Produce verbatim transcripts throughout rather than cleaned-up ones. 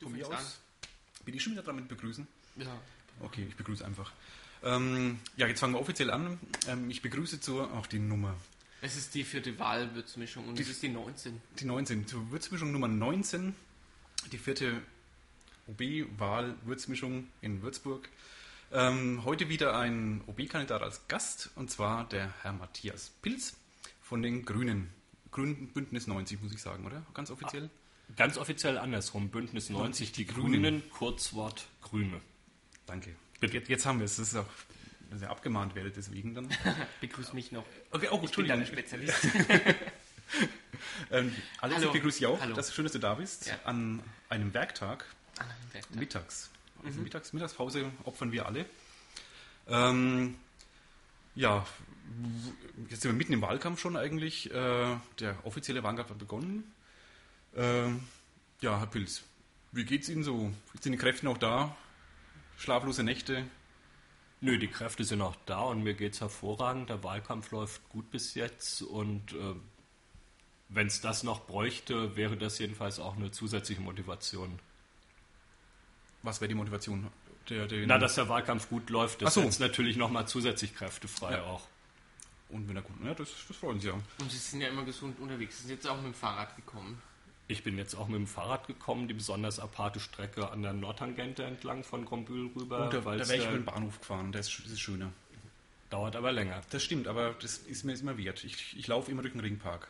von mir aus. Bin ich schon wieder dran mit begrüßen? Ja. Okay, ich begrüße einfach. Ähm, ja, jetzt fangen wir offiziell an. Ähm, ich begrüße zur, auch die Nummer. Es ist die vierte Wahlwürzmischung und es ist die neunzehn. Die neunzehn, zur Würzmischung Nummer neunzehn. Die vierte O B-Wahl-Würzmischung in Würzburg. Ähm, heute wieder ein O B-Kandidat als Gast, und zwar der Herr Matthias Pilz von den Grünen. Grünen Bündnis neunzig, muss ich sagen, oder? Ganz offiziell? Ah, ganz offiziell andersrum. Bündnis neunzig, die, die Grünen. Grünen, Kurzwort Grüne. Danke. Jetzt, jetzt haben wir es. Das ist auch, dass ihr abgemahnt werdet, deswegen dann. Begrüß mich noch. Okay, oh, ich bin dein Spezialist. ähm, Alex, Hallo. ich begrüße dich auch. Hallo. Das ist schön, dass du da bist. Ja. An einem Werktag. An einem Werktag. Mittags. Also Mhm. Mittags, Mittagspause opfern wir alle. Ähm, ja, jetzt sind wir mitten im Wahlkampf schon eigentlich. Äh, der offizielle Wahlkampf hat begonnen. Ähm, ja, Herr Pilz, wie geht's Ihnen so? Sind die Kräfte noch da? Schlaflose Nächte? Nö, die Kräfte sind auch da und mir geht's hervorragend. Der Wahlkampf läuft gut bis jetzt und äh, wenn es das noch bräuchte, wäre das jedenfalls auch eine zusätzliche Motivation. Was wäre die Motivation? Der, der Na, dass der Wahlkampf gut läuft, das Ach so. setzt natürlich nochmal zusätzlich Kräfte frei Ja. auch. Und wenn er gut, ja, das, das freuen Sie ja. Und Sie sind ja immer gesund unterwegs. Sie sind jetzt auch mit dem Fahrrad gekommen. Ich bin jetzt auch mit dem Fahrrad gekommen, die besonders aparte Strecke an der Nordtangente entlang von Grombühl rüber. Und da, da weil's, wäre ich äh, über den Bahnhof gefahren, das ist, das ist schöner. dauert aber länger. Das stimmt, aber das ist mir immer wert. Ich, ich laufe immer durch den Ringpark.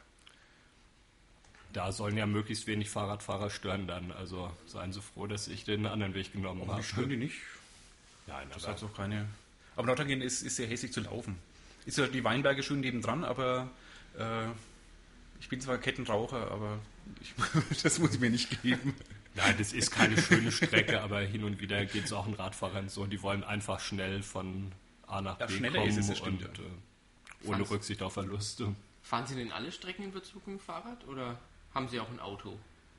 Da sollen ja möglichst wenig Fahrradfahrer stören dann. Also seien Sie froh, dass ich den anderen Weg genommen Aber habe. die stören die nicht. Nein, Das aber hat auch keine. Aber Nordrhein ist, ist sehr hässlich zu laufen. Ist ja die Weinberge schön nebendran, aber äh, ich bin zwar Kettenraucher, aber ich, das muss ich mir nicht geben. Nein, das ist keine schöne Strecke, aber hin und wieder geht es auch den Radfahrern so. Die wollen einfach schnell von A nach Ja, B schneller kommen ist es, das stimmt, und ja. äh, ohne Fand's- Rücksicht auf Verluste. Fahren Sie denn alle Strecken in Würzburg mit dem Fahrrad oder haben Sie auch ein Auto?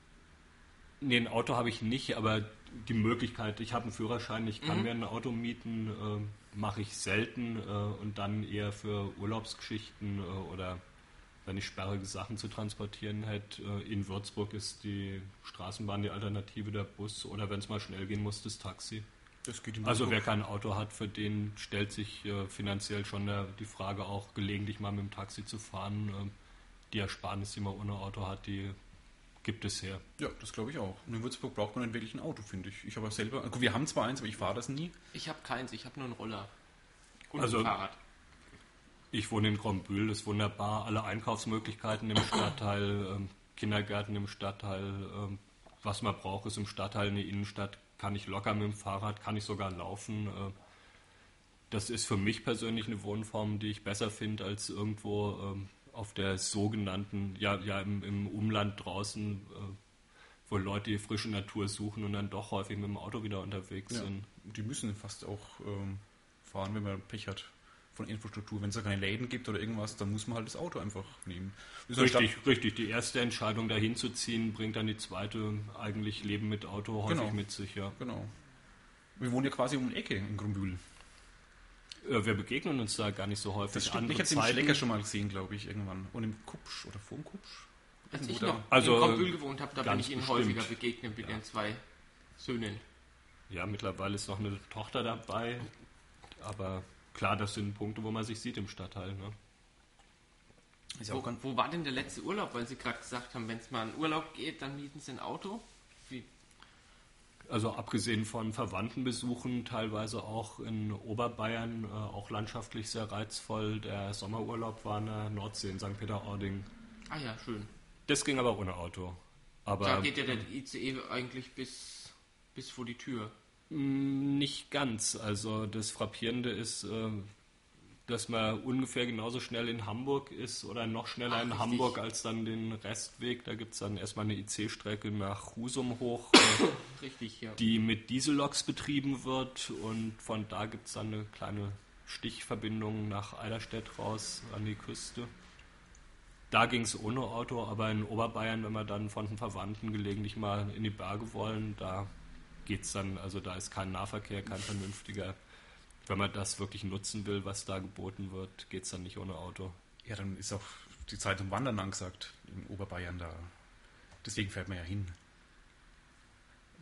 Nee, ein Auto habe ich nicht, aber die Möglichkeit, ich habe einen Führerschein, ich kann Mhm. mir ein Auto mieten, äh, mache ich selten äh, und dann eher für Urlaubsgeschichten äh, oder wenn ich sperrige Sachen zu transportieren hätte. Äh, in Würzburg ist die Straßenbahn die Alternative, der Bus oder wenn es mal schnell gehen muss, das Taxi. Das geht im Also wer Würzburg. kein Auto hat, für den stellt sich äh, finanziell schon der, die Frage auch gelegentlich mal mit dem Taxi zu fahren. Ähm, die Ersparnis, die man ohne Auto hat, die gibt es her. Ja, das glaube ich auch. Und in Würzburg braucht man nicht wirklich ein Auto, finde ich. Ich habe selber. Gut, wir haben zwar eins, aber ich fahre das nie. Ich habe keins, ich habe nur einen Roller. Und Also- ein Fahrrad. Ich wohne in Grombühl, das ist wunderbar. Alle Einkaufsmöglichkeiten im Stadtteil, ähm, Kindergärten im Stadtteil, ähm, was man braucht, ist im Stadtteil eine Innenstadt. Kann ich locker mit dem Fahrrad, kann ich sogar laufen. Äh, das ist für mich persönlich eine Wohnform, die ich besser finde als irgendwo ähm, auf der sogenannten, ja, ja im, im Umland draußen, äh, wo Leute die frische Natur suchen und dann doch häufig mit dem Auto wieder unterwegs Ja. sind. Die müssen fast auch ähm, fahren, wenn man Pech hat von Infrastruktur. Wenn es da keine Läden gibt oder irgendwas, dann muss man halt das Auto einfach nehmen. Das ist eine Richtig, richtig. Die erste Entscheidung dahin zu ziehen, bringt dann die zweite eigentlich Leben mit Auto häufig Genau. mit sich. Ja. Stadt, genau. Wir wohnen ja quasi um die Ecke in Grombühl. Äh, Wir begegnen uns da gar nicht so häufig. Das stimmt. Andere Ich habe den Zeiten- Schlecker schon mal gesehen, glaube ich, irgendwann. Und im Kupsch oder vor dem Kupsch. Als Irgendwo ich da. noch Also, in Grombühl gewohnt habe, da bin ganz ich Ihnen bestimmt. häufiger begegnet mit Ja. Ihren zwei Söhnen. Ja, mittlerweile ist noch eine Tochter dabei. Aber klar, das sind Punkte, wo man sich sieht im Stadtteil. Ne? Ist ja Wo, auch ganz, wo war denn der letzte Urlaub? Weil Sie gerade gesagt haben, wenn es mal in Urlaub geht, dann mieten Sie ein Auto. Wie? Also abgesehen von Verwandtenbesuchen, teilweise auch in Oberbayern, äh, auch landschaftlich sehr reizvoll. Der Sommerurlaub war in der Nordsee in Sankt Peter-Ording. Ah ja, schön. Das ging aber ohne Auto. Aber Da geht ja der I C E eigentlich bis, bis vor die Tür. Mm, Nicht ganz. Also das Frappierende ist, äh, dass man ungefähr genauso schnell in Hamburg ist oder noch schneller Ach, in richtig. Hamburg als dann den Restweg. Da gibt es dann erstmal eine I C-Strecke nach Husum hoch, äh, Richtig, ja. die mit Dieselloks betrieben wird und von da gibt es dann eine kleine Stichverbindung nach Eiderstedt raus an die Küste. Da ging es ohne Auto, aber in Oberbayern, wenn wir dann von den Verwandten gelegentlich mal in die Berge wollen, da geht's dann, also da ist kein Nahverkehr, kein vernünftiger. Wenn man das wirklich nutzen will, was da geboten wird, geht's dann nicht ohne Auto. ja, dann ist auch die Zeit zum Wandern angesagt in Oberbayern da. Deswegen fährt man ja hin.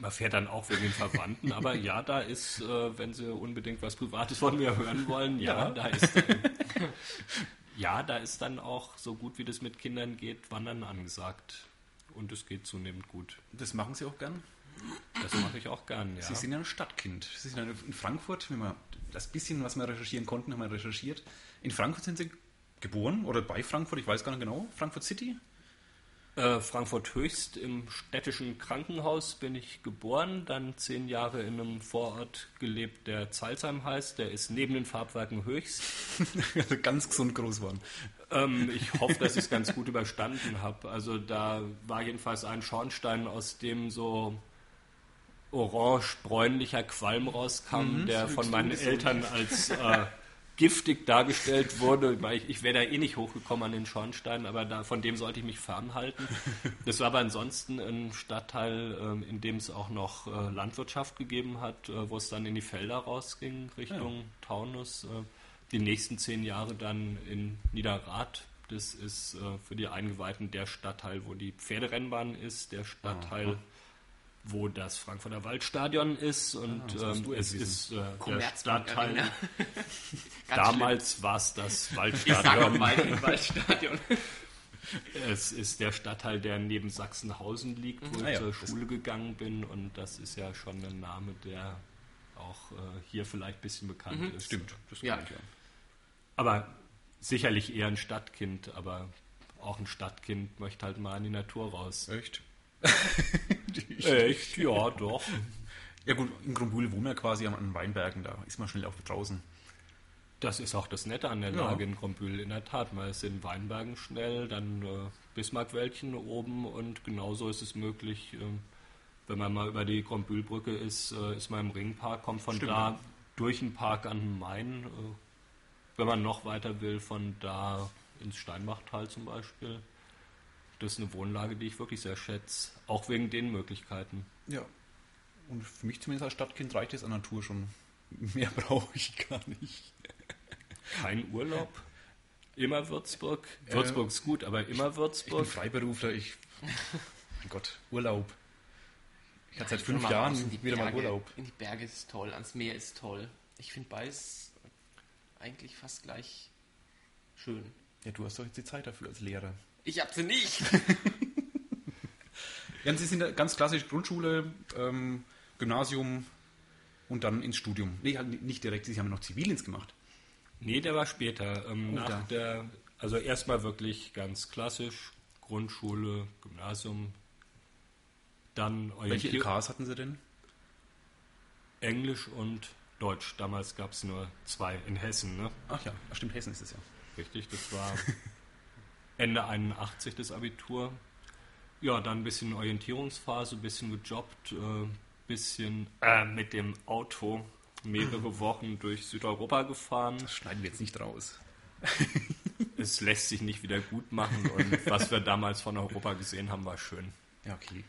Man fährt dann auch wegen den Verwandten, aber ja, da ist, äh, wenn Sie unbedingt was Privates von mir hören wollen, ja, Ja. da ist dann, ja, da ist dann auch so gut, wie das mit Kindern geht, Wandern angesagt. Und es geht zunehmend gut. Das machen Sie auch gern? Das mache ich auch gern, ja. Sie sind ja ein Stadtkind. Sie sind ja in Frankfurt, wenn wir das bisschen, was wir recherchieren konnten, haben wir recherchiert. In Frankfurt sind Sie geboren oder bei Frankfurt, ich weiß gar nicht genau. Frankfurt City? Äh, Frankfurt Höchst im städtischen Krankenhaus bin ich geboren, dann zehn Jahre in einem Vorort gelebt, der Zeilsheim heißt, der ist neben den Farbwerken Höchst. Also ganz gesund groß waren. Ähm, ich hoffe, dass ich es ganz gut überstanden habe. Also da war jedenfalls ein Schornstein, aus dem so orange-bräunlicher Qualm rauskam, Mhm, der das von ist meinen ungesund. Eltern als äh, giftig dargestellt wurde. Ich, ich wäre da eh nicht hochgekommen an den Schornstein, aber da, von dem sollte ich mich fernhalten. Das war aber ansonsten ein Stadtteil, ähm, in dem es auch noch äh, Landwirtschaft gegeben hat, äh, wo es dann in die Felder rausging, Richtung Ja. Taunus. Äh, die nächsten zehn Jahre dann in Niederrad. Das ist äh, für die Eingeweihten der Stadtteil, wo die Pferderennbahn ist, der Stadtteil, Aha. wo das Frankfurter Waldstadion ist und Ah, das musst ähm, du es erst ist äh, der Commerzbank Stadtteil. Arena. Ganz Damals war es das schlimm. Ich sag auch Waldstadion. mal im Waldstadion. Es ist der Stadtteil, der neben Sachsenhausen liegt, wo Ah ich ja, zur das- Schule gegangen bin und das ist ja schon ein Name, der auch äh, hier vielleicht ein bisschen bekannt Mhm. ist. Stimmt, das Ja. kann ich ja. Aber sicherlich eher ein Stadtkind, aber auch ein Stadtkind möchte halt mal in die Natur raus. Echt? Echt? Ja, doch. Ja gut, in Grünbühl wohnen wir quasi an den Weinbergen, da ist man schnell auch draußen. Das ist auch das Nette an der Ja. Lage in Grombühl, in der Tat. Man ist in Weinbergen schnell, dann äh, Bismarckwäldchen oben und genauso ist es möglich, ähm, wenn man mal über die Grombühlbrücke ist, äh, ist man im Ringpark, kommt von Stimmt, da ja. durch den Park an den Main. Äh, wenn man noch weiter will, von da ins Steinbachtal zum Beispiel. Das ist eine Wohnlage, die ich wirklich sehr schätze, auch wegen den Möglichkeiten. Ja. Und für mich zumindest als Stadtkind reicht es an Natur schon. Mehr brauche ich gar nicht. Kein Urlaub, immer Würzburg. Äh, Würzburg ist gut, aber immer Ich bin Würzburg. Freiberufler, ich... Mein Gott, Urlaub. Ich hatte seit Ich fünf will mal raus Jahren in die wieder mal Berge. Urlaub. In die Berge ist toll, ans Meer ist toll. Ich finde beides eigentlich fast gleich schön. Ja, du hast doch jetzt die Zeit dafür als Lehrer. Ich hab sie nicht. Ja, und Sie sind ja ganz klassisch Grundschule, ähm, Gymnasium und dann ins Studium. Nee, halt nicht direkt, Sie haben ja noch Zivildienst gemacht. Nee, der war später. Ähm, Oh, nach da. der, also erstmal wirklich ganz klassisch, Grundschule, Gymnasium, dann Welche Orientier- L Ks hatten Sie denn? Englisch und Deutsch. Damals gab es nur zwei in Hessen, ne? Ach ja, ach stimmt, Hessen ist es ja. Richtig, das war Ende einundachtzig das Abitur. Ja, dann ein bisschen Orientierungsphase, ein bisschen gejobbt, ein äh, bisschen äh, mit dem Auto mehrere Wochen durch Südeuropa gefahren. Das schneiden wir jetzt nicht raus. Es lässt sich nicht wieder gut machen und was wir damals von Europa gesehen haben, war schön. Ja, okay.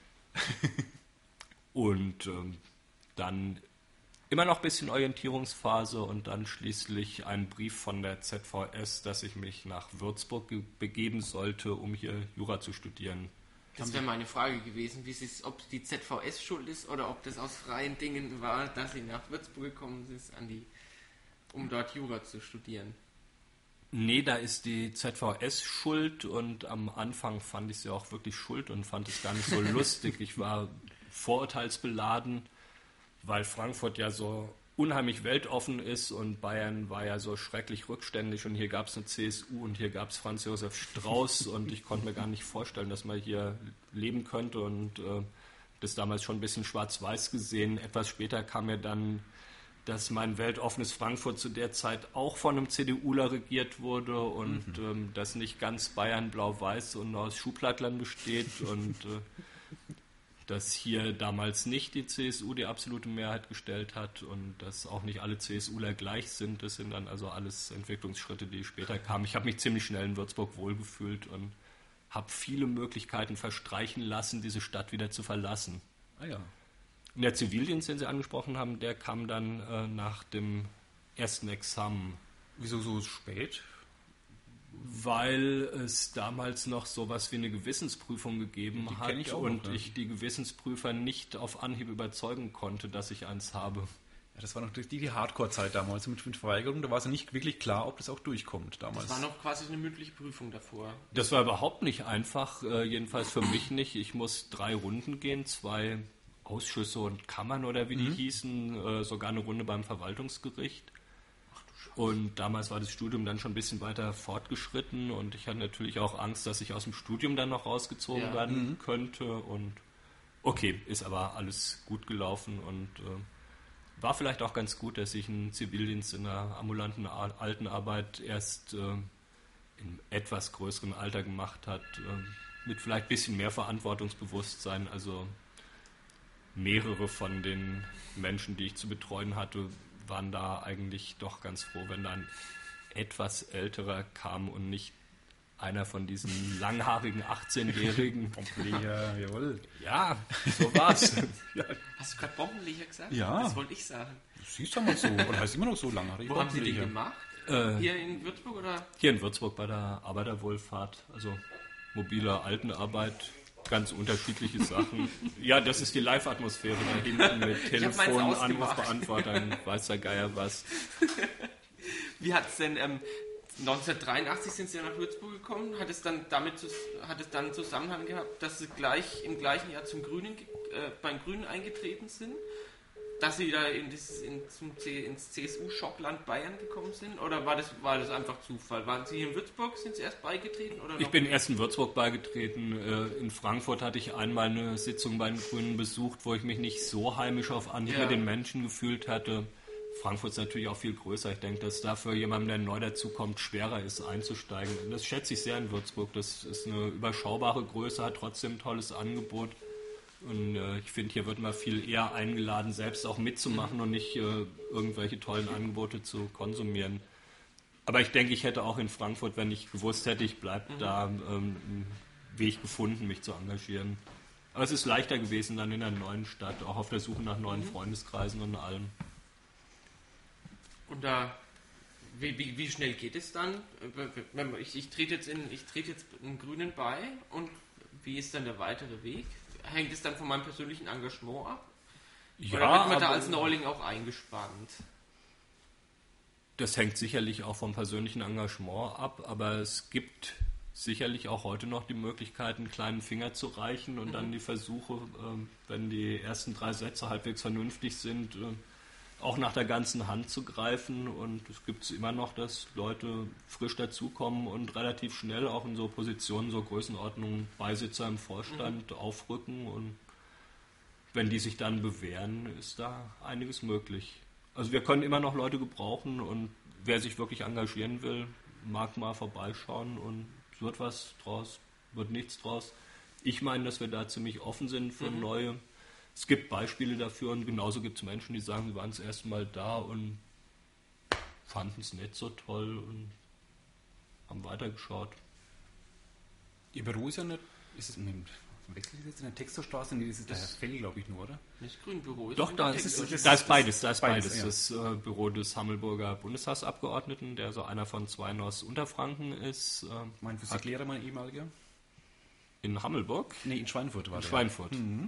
Und ähm, dann immer noch ein bisschen Orientierungsphase und dann schließlich ein Brief von der Z V S, dass ich mich nach Würzburg ge- begeben sollte, um hier Jura zu studieren. Das wäre meine Frage gewesen, wie es ist, ob die Z V S schuld ist oder ob das aus freien Dingen war, dass sie nach Würzburg gekommen ist, an die, um dort Jura zu studieren. Nee, da ist die Z V S schuld und am Anfang fand ich sie auch wirklich schuld und fand es gar nicht so lustig. Ich war vorurteilsbeladen, weil Frankfurt ja so unheimlich weltoffen ist und Bayern war ja so schrecklich rückständig und hier gab es eine C S U und hier gab es Franz Josef Strauß und ich konnte mir gar nicht vorstellen, dass man hier leben könnte und äh, das damals schon ein bisschen schwarz-weiß gesehen. Etwas später kam mir dann, dass mein weltoffenes Frankfurt zu der Zeit auch von einem CDUler regiert wurde und mhm. ähm, dass nicht ganz Bayern blau-weiß und aus Schuhplattlern besteht und äh, dass hier damals nicht die C S U die absolute Mehrheit gestellt hat und dass auch nicht alle CSUler gleich sind. Das sind dann also alles Entwicklungsschritte, die später kamen. Ich habe mich ziemlich schnell in Würzburg wohlgefühlt und habe viele Möglichkeiten verstreichen lassen, diese Stadt wieder zu verlassen. Ah ja. Und der Zivildienst, den Sie angesprochen haben, der kam dann äh, nach dem ersten Examen. Wieso so spät? Weil es damals noch sowas wie eine Gewissensprüfung gegeben Die hat kenn ich auch und noch, ja. ich die Gewissensprüfer nicht auf Anhieb überzeugen konnte, dass ich eins habe. Ja, das war noch die, die Hardcore-Zeit damals mit, mit Verweigerung. Da war es ja nicht wirklich klar, ob das auch durchkommt damals. Das war noch quasi eine mündliche Prüfung davor. Das war überhaupt nicht einfach, äh, jedenfalls für mich nicht. Ich muss drei Runden gehen, zwei Ausschüsse und Kammern oder wie die Mhm. hießen, äh, sogar eine Runde beim Verwaltungsgericht. Und damals war das Studium dann schon ein bisschen weiter fortgeschritten und ich hatte natürlich auch Angst, dass ich aus dem Studium dann noch rausgezogen Ja. werden Mhm. könnte. Und okay, ist aber alles gut gelaufen und äh, war vielleicht auch ganz gut, dass ich einen Zivildienst in der ambulanten Ar- Altenarbeit erst äh, in etwas größerem Alter gemacht hat, äh, mit vielleicht ein bisschen mehr Verantwortungsbewusstsein. Also mehrere von den Menschen, die ich zu betreuen hatte, waren da eigentlich doch ganz froh, wenn dann etwas älterer kam und nicht einer von diesen langhaarigen achtzehnjährigen. Ja, jawohl. Ja, so war's. Hast du gerade Bombenleger gesagt? Ja. Das wollte ich sagen. Das hieß damals so. Oder heißt immer noch so lange. Wo haben Sie den gemacht? Äh, Hier in Würzburg oder? Hier in Würzburg bei der Arbeiterwohlfahrt, also mobile Altenarbeit, ganz unterschiedliche Sachen. Ja, das ist die Live-Atmosphäre da hinten mit hab meins Telefon, ausgemacht. Anrufbeantwortern, weiß der Geier was. Wie hat es denn, ähm, neunzehnhundertdreiundachtzig sind Sie ja nach Würzburg gekommen, hat es dann damit zus- hat es dann einen Zusammenhang gehabt, dass Sie gleich im gleichen Jahr zum Grünen, ge- äh, beim Grünen eingetreten sind? Dass Sie da in dieses, in, zum C, ins C S U-Schockland Bayern gekommen sind? Oder war das, war das einfach Zufall? Waren Sie hier in Würzburg, sind Sie erst beigetreten? Oder Ich noch? bin erst in Würzburg beigetreten. Äh, In Frankfurt hatte ich einmal eine Sitzung bei den Grünen besucht, wo ich mich nicht so heimisch auf Anhieb Ja. mit den Menschen gefühlt hatte. Frankfurt ist natürlich auch viel größer. Ich denke, dass da für jemanden, der neu dazukommt, schwerer ist einzusteigen. Und das schätze ich sehr in Würzburg. Das ist eine überschaubare Größe, hat trotzdem ein tolles Angebot. Und äh, ich finde, hier wird man viel eher eingeladen, selbst auch mitzumachen und nicht äh, irgendwelche tollen Angebote zu konsumieren. Aber ich denke, ich hätte auch in Frankfurt, wenn ich gewusst hätte, ich bleibe da, ähm, einen Weg gefunden, mich zu engagieren. Aber es ist leichter gewesen dann in einer neuen Stadt, auch auf der Suche nach neuen Freundeskreisen und allem. Und da, wie, wie, wie schnell geht es dann? Wenn man- Ich, ich trete jetzt in, ich trete jetzt einen Grünen bei und wie ist dann der weitere Weg? Hängt es dann von meinem persönlichen Engagement ab? Oder wird man da aber als Neuling auch eingespannt? das hängt sicherlich auch vom persönlichen Engagement ab, aber es gibt sicherlich auch heute noch die Möglichkeit, einen kleinen Finger zu reichen und dann die Versuche, ähm, wenn die ersten drei Sätze halbwegs vernünftig sind, äh, auch nach der ganzen Hand zu greifen. Und es gibt es immer noch, dass Leute frisch dazukommen und relativ schnell auch in so Positionen, so Größenordnungen, Beisitzer im Vorstand aufrücken. Und wenn die sich dann bewähren, ist da einiges möglich. Also wir können immer noch Leute gebrauchen und wer sich wirklich engagieren will, mag mal vorbeischauen und es wird was draus, wird nichts draus. Ich meine, dass wir da ziemlich offen sind für Mhm. neue. Es gibt Beispiele dafür und genauso gibt es Menschen, die sagen, sie waren das erste Mal da und fanden es nicht so toll und haben weitergeschaut. Ihr Büro ist ja nicht. Ist es in Wechsel jetzt in der Texterstraße? Nee, das ist der Herr Fell, glaube ich, nur, oder? Das Grünbüro ist Doch, in da der ist, Texas- das- da ist beides. Da ist beides, beides. ja. Das äh, Büro des Hammelburger Bundestagsabgeordneten, der so einer von zwei aus Unterfranken ist, äh, Mein Physiklehrer, mein ehemaliger. in Hammelburg, Nee, in Schweinfurt war in der. Schweinfurt. Mhm.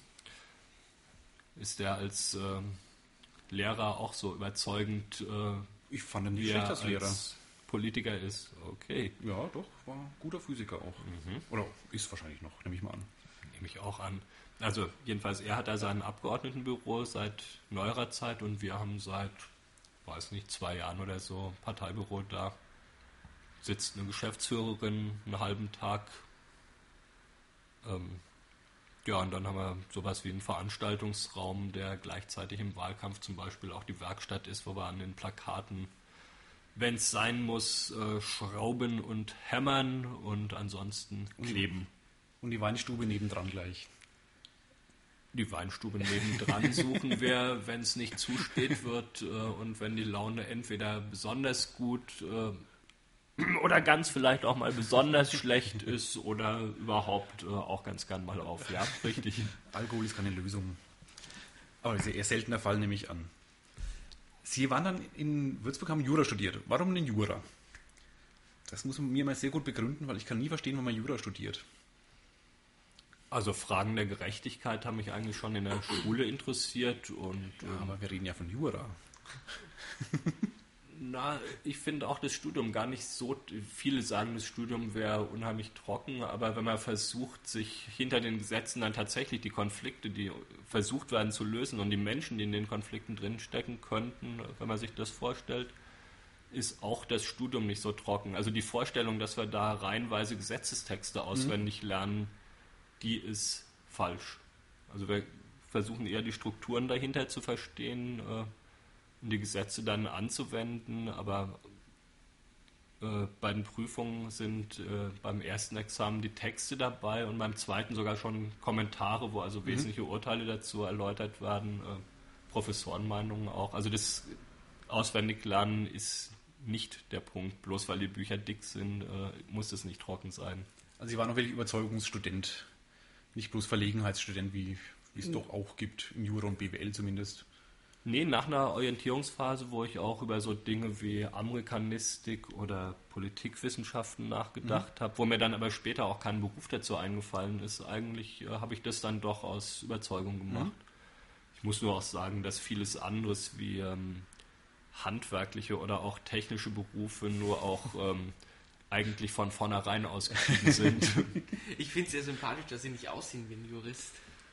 Ist der als ähm, Lehrer auch so überzeugend, äh, Ich fand ihn nicht wie schlecht er als Lehrer. als Politiker ist? Okay, Ja, doch, war ein guter Physiker auch. Oder ist wahrscheinlich noch, nehme ich mal an. nehme ich auch an. Also jedenfalls, er hat da sein Abgeordnetenbüro seit neuerer Zeit und wir haben seit, weiß nicht, zwei Jahren oder so Parteibüro da. Sitzt eine Geschäftsführerin einen halben Tag. Ähm, ja, und dann haben wir sowas wie einen Veranstaltungsraum, der gleichzeitig im Wahlkampf zum Beispiel auch die Werkstatt ist, wo wir an den Plakaten, wenn es sein muss, äh, schrauben und hämmern und ansonsten kleben. Und die Weinstube nebendran gleich. Die Weinstube nebendran suchen wir, wenn es nicht zu spät wird äh, und wenn die Laune entweder besonders gut äh, oder ganz vielleicht auch mal besonders schlecht ist oder überhaupt äh, auch ganz gern mal auf. Ja, richtig. Alkohol ist keine Lösung. Aber das ist ja eher seltener Fall, nehme ich an. Sie waren dann in Würzburg, haben Jura studiert. Warum denn Jura? Das muss man mir mal sehr gut begründen, weil ich kann nie verstehen, wenn man Jura studiert. Also Fragen der Gerechtigkeit haben mich eigentlich schon in der Schule interessiert. Und, ja, aber wir reden ja von Jura. Na, ich finde auch das Studium gar nicht so, viele sagen, das Studium wäre unheimlich trocken, aber wenn man versucht, sich hinter den Gesetzen dann tatsächlich die Konflikte, die versucht werden zu lösen und die Menschen, die in den Konflikten drinstecken könnten, wenn man sich das vorstellt, ist auch das Studium nicht so trocken. Also die Vorstellung, dass wir da reihenweise Gesetzestexte auswendig mhm. lernen, die ist falsch. Also wir versuchen eher die Strukturen dahinter zu verstehen, äh, die Gesetze dann anzuwenden, aber äh, bei den Prüfungen sind äh, beim ersten Examen die Texte dabei und beim zweiten sogar schon Kommentare, wo also mhm. wesentliche Urteile dazu erläutert werden, äh, Professorenmeinungen auch. Also das Auswendiglernen ist nicht der Punkt, bloß weil die Bücher dick sind, äh, muss es nicht trocken sein. Also Sie waren auch wirklich Überzeugungsstudent, nicht bloß Verlegenheitsstudent, wie, wie es mhm. doch auch gibt, im Jura und B W L zumindest. Nee, nach einer Orientierungsphase, wo ich auch über so Dinge wie Amerikanistik oder Politikwissenschaften nachgedacht mhm. habe, wo mir dann aber später auch kein Beruf dazu eingefallen ist. Eigentlich äh, habe ich das dann doch aus Überzeugung gemacht. Mhm. Ich muss nur auch sagen, dass vieles anderes wie ähm, handwerkliche oder auch technische Berufe nur auch ähm, eigentlich von vornherein ausgeschieden sind. Ich finde es sehr sympathisch, dass Sie nicht aussehen wie ein Jurist.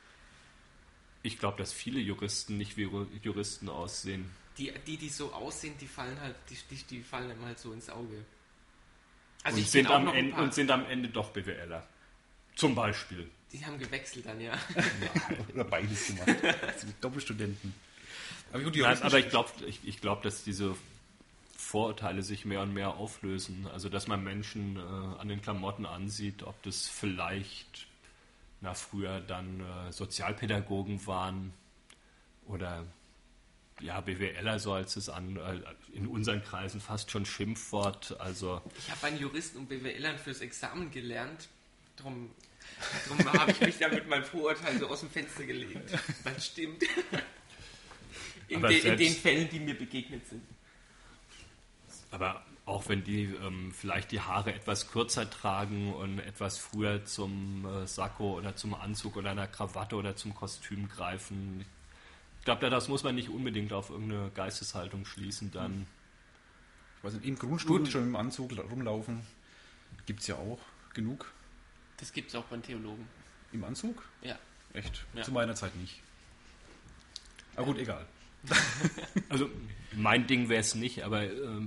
Ich glaube, dass viele Juristen nicht wie Juristen aussehen. Die, die, die so aussehen, die fallen halt, die, die, die fallen einem halt so ins Auge. Also und, ich sind am Ende, und sind am Ende doch B W Ler. Zum Beispiel. Die haben gewechselt dann, ja. ja oder beides gemacht. Das sind Doppelstudenten. Aber, gut, Nein, aber ich glaube, ich, ich glaub, dass diese Vorurteile sich mehr und mehr auflösen. Also, dass man Menschen äh, an den Klamotten ansieht, ob das vielleicht na, früher dann äh, Sozialpädagogen waren oder ja, B W Ler, so als es an, äh, in unseren Kreisen fast schon Schimpfwort. Also ich habe einen Juristen und B W Lern fürs Examen gelernt, darum, darum habe ich mich da mit meinem Vorurteil so aus dem Fenster gelegt. Das stimmt. In, de, in den Fällen, die mir begegnet sind. Aber auch wenn die ähm, vielleicht die Haare etwas kürzer tragen und etwas früher zum äh, Sakko oder zum Anzug oder einer Krawatte oder zum Kostüm greifen. Ich glaube, das muss man nicht unbedingt auf irgendeine Geisteshaltung schließen dann. Ich weiß nicht, im Grundstudium schon im Anzug rumlaufen, gibt es ja auch genug. Das gibt es auch beim Theologen. Im Anzug? Ja. Echt? Ja. Zu meiner Zeit nicht. Aber gut, egal. Also mein Ding wäre es nicht, aber ähm,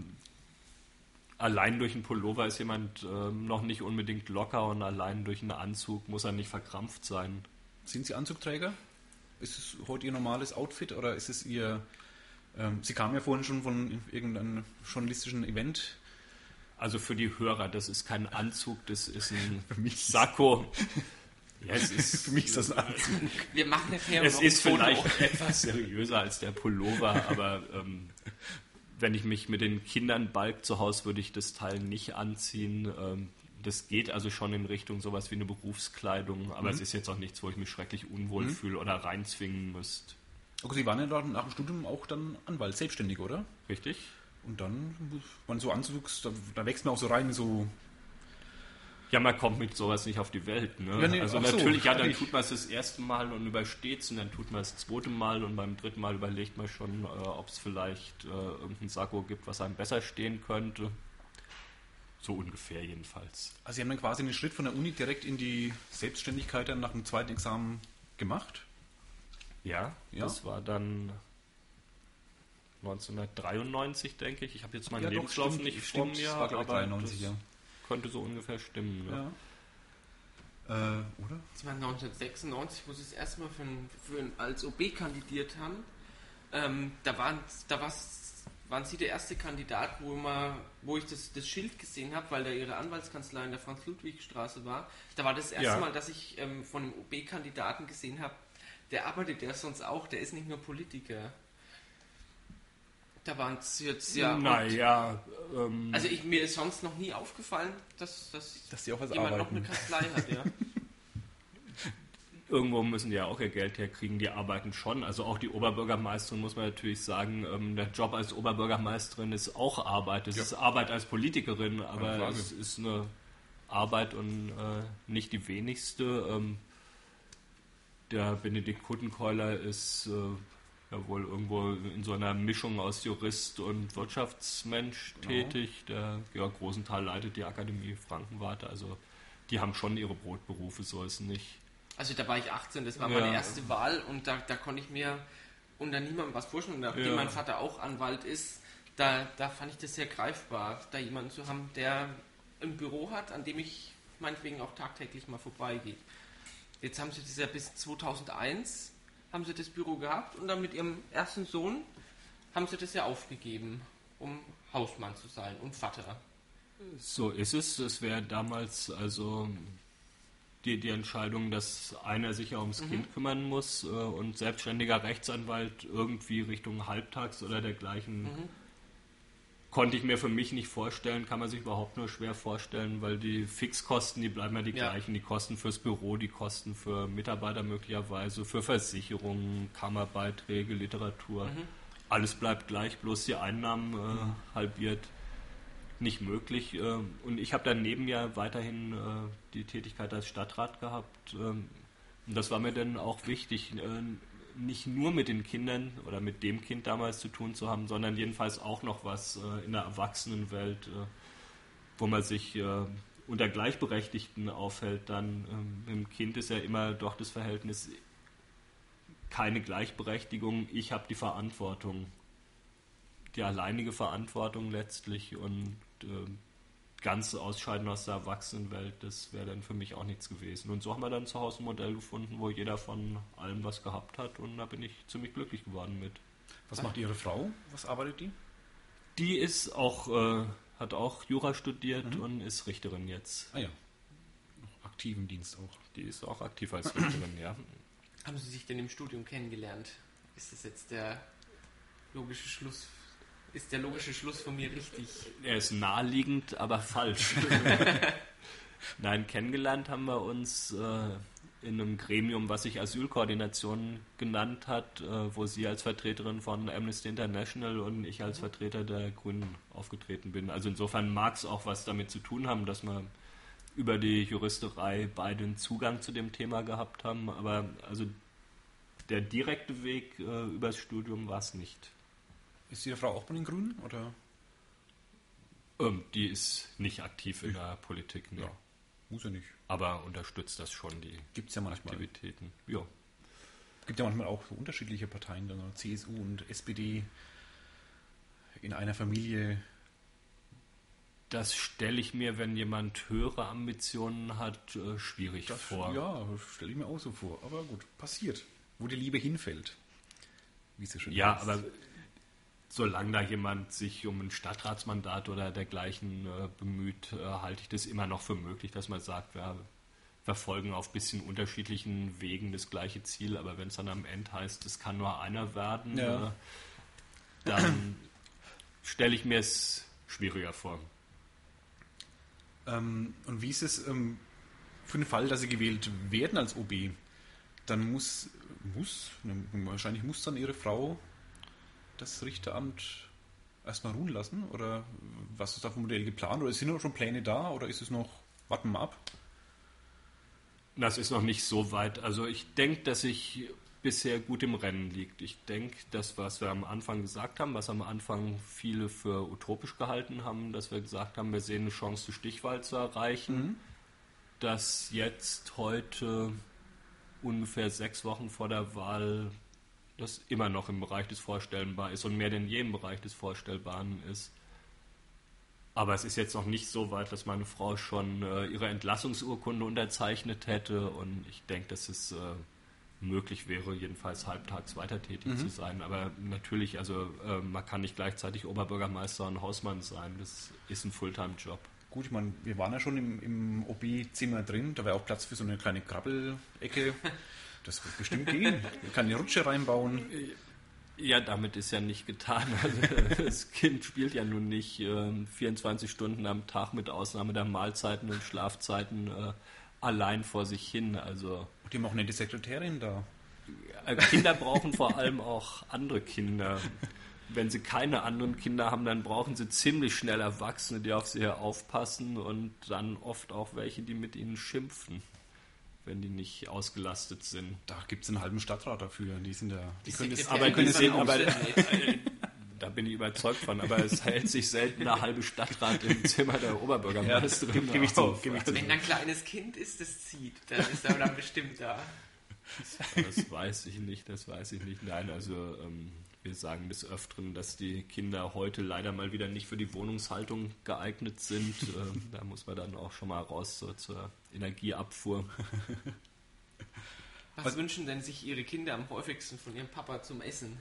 allein durch einen Pullover ist jemand ähm, noch nicht unbedingt locker und allein durch einen Anzug muss er nicht verkrampft sein. Sind Sie Anzugträger? Ist es heute Ihr normales Outfit oder ist es Ihr... Ähm, Sie kamen ja vorhin schon von irgendeinem journalistischen Event. Also für die Hörer, das ist kein Anzug, das ist ein für mich Sakko. Ja, es ist, für mich ist das ein Anzug. Wir machen nachher es ist vielleicht etwas seriöser als der Pullover, aber ähm, wenn ich mich mit den Kindern balg zu Hause, würde ich das Teil nicht anziehen. Ähm, das geht also schon in Richtung sowas wie eine Berufskleidung, aber mhm. es ist jetzt auch nichts, wo ich mich schrecklich unwohl mhm. fühle oder reinzwingen müsste. Okay, Sie waren ja dann nach dem Studium auch dann Anwalt, selbstständig, oder? Richtig. Und dann, man so Anzugs, da, da wächst man auch so rein, so... Ja, man kommt mit sowas nicht auf die Welt. Ne? Ja, nee, also so, natürlich, ja, dann tut man es das erste Mal und übersteht es und dann tut man es das zweite Mal und beim dritten Mal überlegt man schon, äh, ob es vielleicht äh, irgendein Sakko gibt, was einem besser stehen könnte. So ungefähr jedenfalls. Also Sie haben dann quasi einen Schritt von der Uni direkt in die Selbstständigkeit dann nach dem zweiten Examen gemacht? Ja, ja. Das war dann neunzehnhundertdreiundneunzig, denke ich. Ich habe jetzt meinen ja, Lebenslauf doch, nicht vor mir, aber dreiundneunzig, ja. Könnte so ungefähr stimmen. Ne? Ja. Äh, oder? Das war neunzehnhundertsechsundneunzig, wo sie das erste Mal für ein, für ein, als O B kandidiert haben. Ähm, da waren, da waren sie der erste Kandidat, wo, immer, wo ich das, das Schild gesehen habe, weil da ihre Anwaltskanzlei in der Franz-Ludwig-Straße war. Da war das erste ja. Mal, dass ich ähm, von einem O B-Kandidaten gesehen habe, der arbeitet ja sonst auch, der ist nicht nur Politiker. Da waren es jetzt ja... Naja... Ähm, also ich, mir ist sonst noch nie aufgefallen, dass, dass, dass die auch was jemand arbeiten. noch eine Kanzlei hat, ja. irgendwo müssen die ja auch ihr Geld herkriegen, die arbeiten schon. Also auch die Oberbürgermeisterin, muss man natürlich sagen, ähm, der Job als Oberbürgermeisterin ist auch Arbeit. Es ja. ist Arbeit als Politikerin, aber es ist eine Arbeit und äh, nicht die wenigste. Ähm, der Benedikt Kuttenkeuler ist äh, ja wohl irgendwo in so einer Mischung aus Jurist und Wirtschaftsmensch genau. tätig. Der Georg Rosenthal leitet die Akademie Frankenwarte. Also die haben schon ihre Brotberufe, so ist es nicht. Also da war ich achtzehn, das war ja. meine erste Wahl und da, da konnte ich mir unter niemandem was vorstellen. Nachdem ja. mein Vater auch Anwalt ist, da, da fand ich das sehr greifbar, da jemanden zu haben, der ein Büro hat, an dem ich meinetwegen auch tagtäglich mal vorbeigehe. Jetzt haben sie das ja bis zweitausendeins haben sie das Büro gehabt und dann mit ihrem ersten Sohn haben sie das ja aufgegeben, um Hausmann zu sein und Vater. So ist es. Es wäre damals also die, die Entscheidung, dass einer sich ja ums mhm. Kind kümmern muss äh, und selbstständiger Rechtsanwalt irgendwie Richtung Halbtags oder dergleichen mhm. konnte ich mir für mich nicht vorstellen, kann man sich überhaupt nur schwer vorstellen, weil die Fixkosten, die bleiben ja die ja. gleichen, die Kosten fürs Büro, die Kosten für Mitarbeiter möglicherweise, für Versicherungen, Kammerbeiträge, Literatur, mhm. alles bleibt gleich, bloß die Einnahmen äh, mhm. halbiert. Nicht möglich. Und ich habe daneben ja weiterhin die Tätigkeit als Stadtrat gehabt. Und das war mir dann auch wichtig, nicht nur mit den Kindern oder mit dem Kind damals zu tun zu haben, sondern jedenfalls auch noch was in der Erwachsenenwelt, wo man sich unter Gleichberechtigten aufhält. Dann im Kind ist ja immer doch das Verhältnis keine Gleichberechtigung. Ich habe die Verantwortung. Die alleinige Verantwortung letztlich und äh, ganz ausscheiden aus der Erwachsenenwelt, das wäre dann für mich auch nichts gewesen. Und so haben wir dann zu Hause ein Modell gefunden, wo jeder von allem was gehabt hat und da bin ich ziemlich glücklich geworden mit. Was macht Ihre Frau? Was arbeitet die? Die ist auch, äh, hat auch Jura studiert mhm. und ist Richterin jetzt. Ah ja, noch aktiv im Dienst auch. Die ist auch aktiv als Richterin, ja. Haben Sie sich denn im Studium kennengelernt? Ist das jetzt der logische Schluss? Ist der logische Schluss von mir richtig? Er ist naheliegend, aber falsch. Nein, kennengelernt haben wir uns äh, in einem Gremium, was sich Asylkoordination genannt hat, äh, wo sie als Vertreterin von Amnesty International und ich als Vertreter der Grünen aufgetreten bin. Also insofern mag es auch was damit zu tun haben, dass wir über die Juristerei beide einen Zugang zu dem Thema gehabt haben, aber also der direkte Weg äh, übers Studium war es nicht. Ist Ihre Frau auch bei den Grünen? Oder? Ähm, die ist nicht aktiv in der Politik. Ne? Ja, muss ja nicht. Aber unterstützt das schon, die Gibt's ja manchmal. Aktivitäten. Ja. Gibt ja manchmal auch so unterschiedliche Parteien, dann C S U und S P D in einer Familie. Das stelle ich mir, wenn jemand höhere Ambitionen hat, äh, schwierig das, vor. Ja, stelle ich mir auch so vor. Aber gut, passiert. Wo die Liebe hinfällt. Wie es so schön Ja, heißt. aber solange da jemand sich um ein Stadtratsmandat oder dergleichen äh, bemüht, äh, halte ich das immer noch für möglich, dass man sagt, wir verfolgen auf ein bisschen unterschiedlichen Wegen das gleiche Ziel, aber wenn es dann am Ende heißt, es kann nur einer werden, ja. äh, dann stelle ich mir es schwieriger vor. Ähm, und wie ist es ähm, für den Fall, dass Sie gewählt werden als O B? Dann muss, muss wahrscheinlich muss dann Ihre Frau das Richteramt erstmal ruhen lassen? Oder was ist da vom Modell geplant? Oder sind noch schon Pläne da? Oder ist es noch, warten wir ab? Das ist noch nicht so weit. Also ich denke, dass sich bisher gut im Rennen liegt. Ich denke, das, was wir am Anfang gesagt haben, was am Anfang viele für utopisch gehalten haben, dass wir gesagt haben, wir sehen eine Chance, die Stichwahl zu erreichen, mhm. dass jetzt heute ungefähr sechs Wochen vor der Wahl das immer noch im Bereich des Vorstellbaren ist und mehr denn je im Bereich des Vorstellbaren ist. Aber es ist jetzt noch nicht so weit, dass meine Frau schon äh, ihre Entlassungsurkunde unterzeichnet hätte und ich denke, dass es äh, möglich wäre, jedenfalls halbtags weiter tätig mhm. zu sein. Aber natürlich, also äh, man kann nicht gleichzeitig Oberbürgermeister und Hausmann sein. Das ist ein Fulltime-Job. Gut, ich meine, wir waren ja schon im, im O B-Zimmer drin, da wäre auch Platz für so eine kleine Krabbelecke. Das wird bestimmt gehen. Man kann eine Rutsche reinbauen. Ja, damit ist ja nicht getan. Also, das Kind spielt ja nun nicht äh, vierundzwanzig Stunden am Tag mit Ausnahme der Mahlzeiten und Schlafzeiten äh, allein vor sich hin. Also Die haben auch nette Sekretärin da. Kinder brauchen vor allem auch andere Kinder. Wenn sie keine anderen Kinder haben, dann brauchen sie ziemlich schnell Erwachsene, die auf sie aufpassen und dann oft auch welche, die mit ihnen schimpfen, wenn die nicht ausgelastet sind. Da gibt es einen halben Stadtrat dafür. Die sind ja. Die Die können das, Sekretärin aber können das sehen, sehen, aber aber da bin ich überzeugt von, aber es hält sich selten eine halbe Stadtrat im Zimmer der Oberbürgermeisterin. Ja, gebe ich zu, auf. gebe ich zu. Wenn ein kleines Kind ist, das zieht, dann ist er dann bestimmt da. Das weiß ich nicht, das weiß ich nicht. Nein, also ähm, wir sagen des Öfteren, dass die Kinder heute leider mal wieder nicht für die Wohnungshaltung geeignet sind. Ähm, da muss man dann auch schon mal raus so, zur Energieabfuhr. Was, Was wünschen denn sich Ihre Kinder am häufigsten von ihrem Papa zum Essen?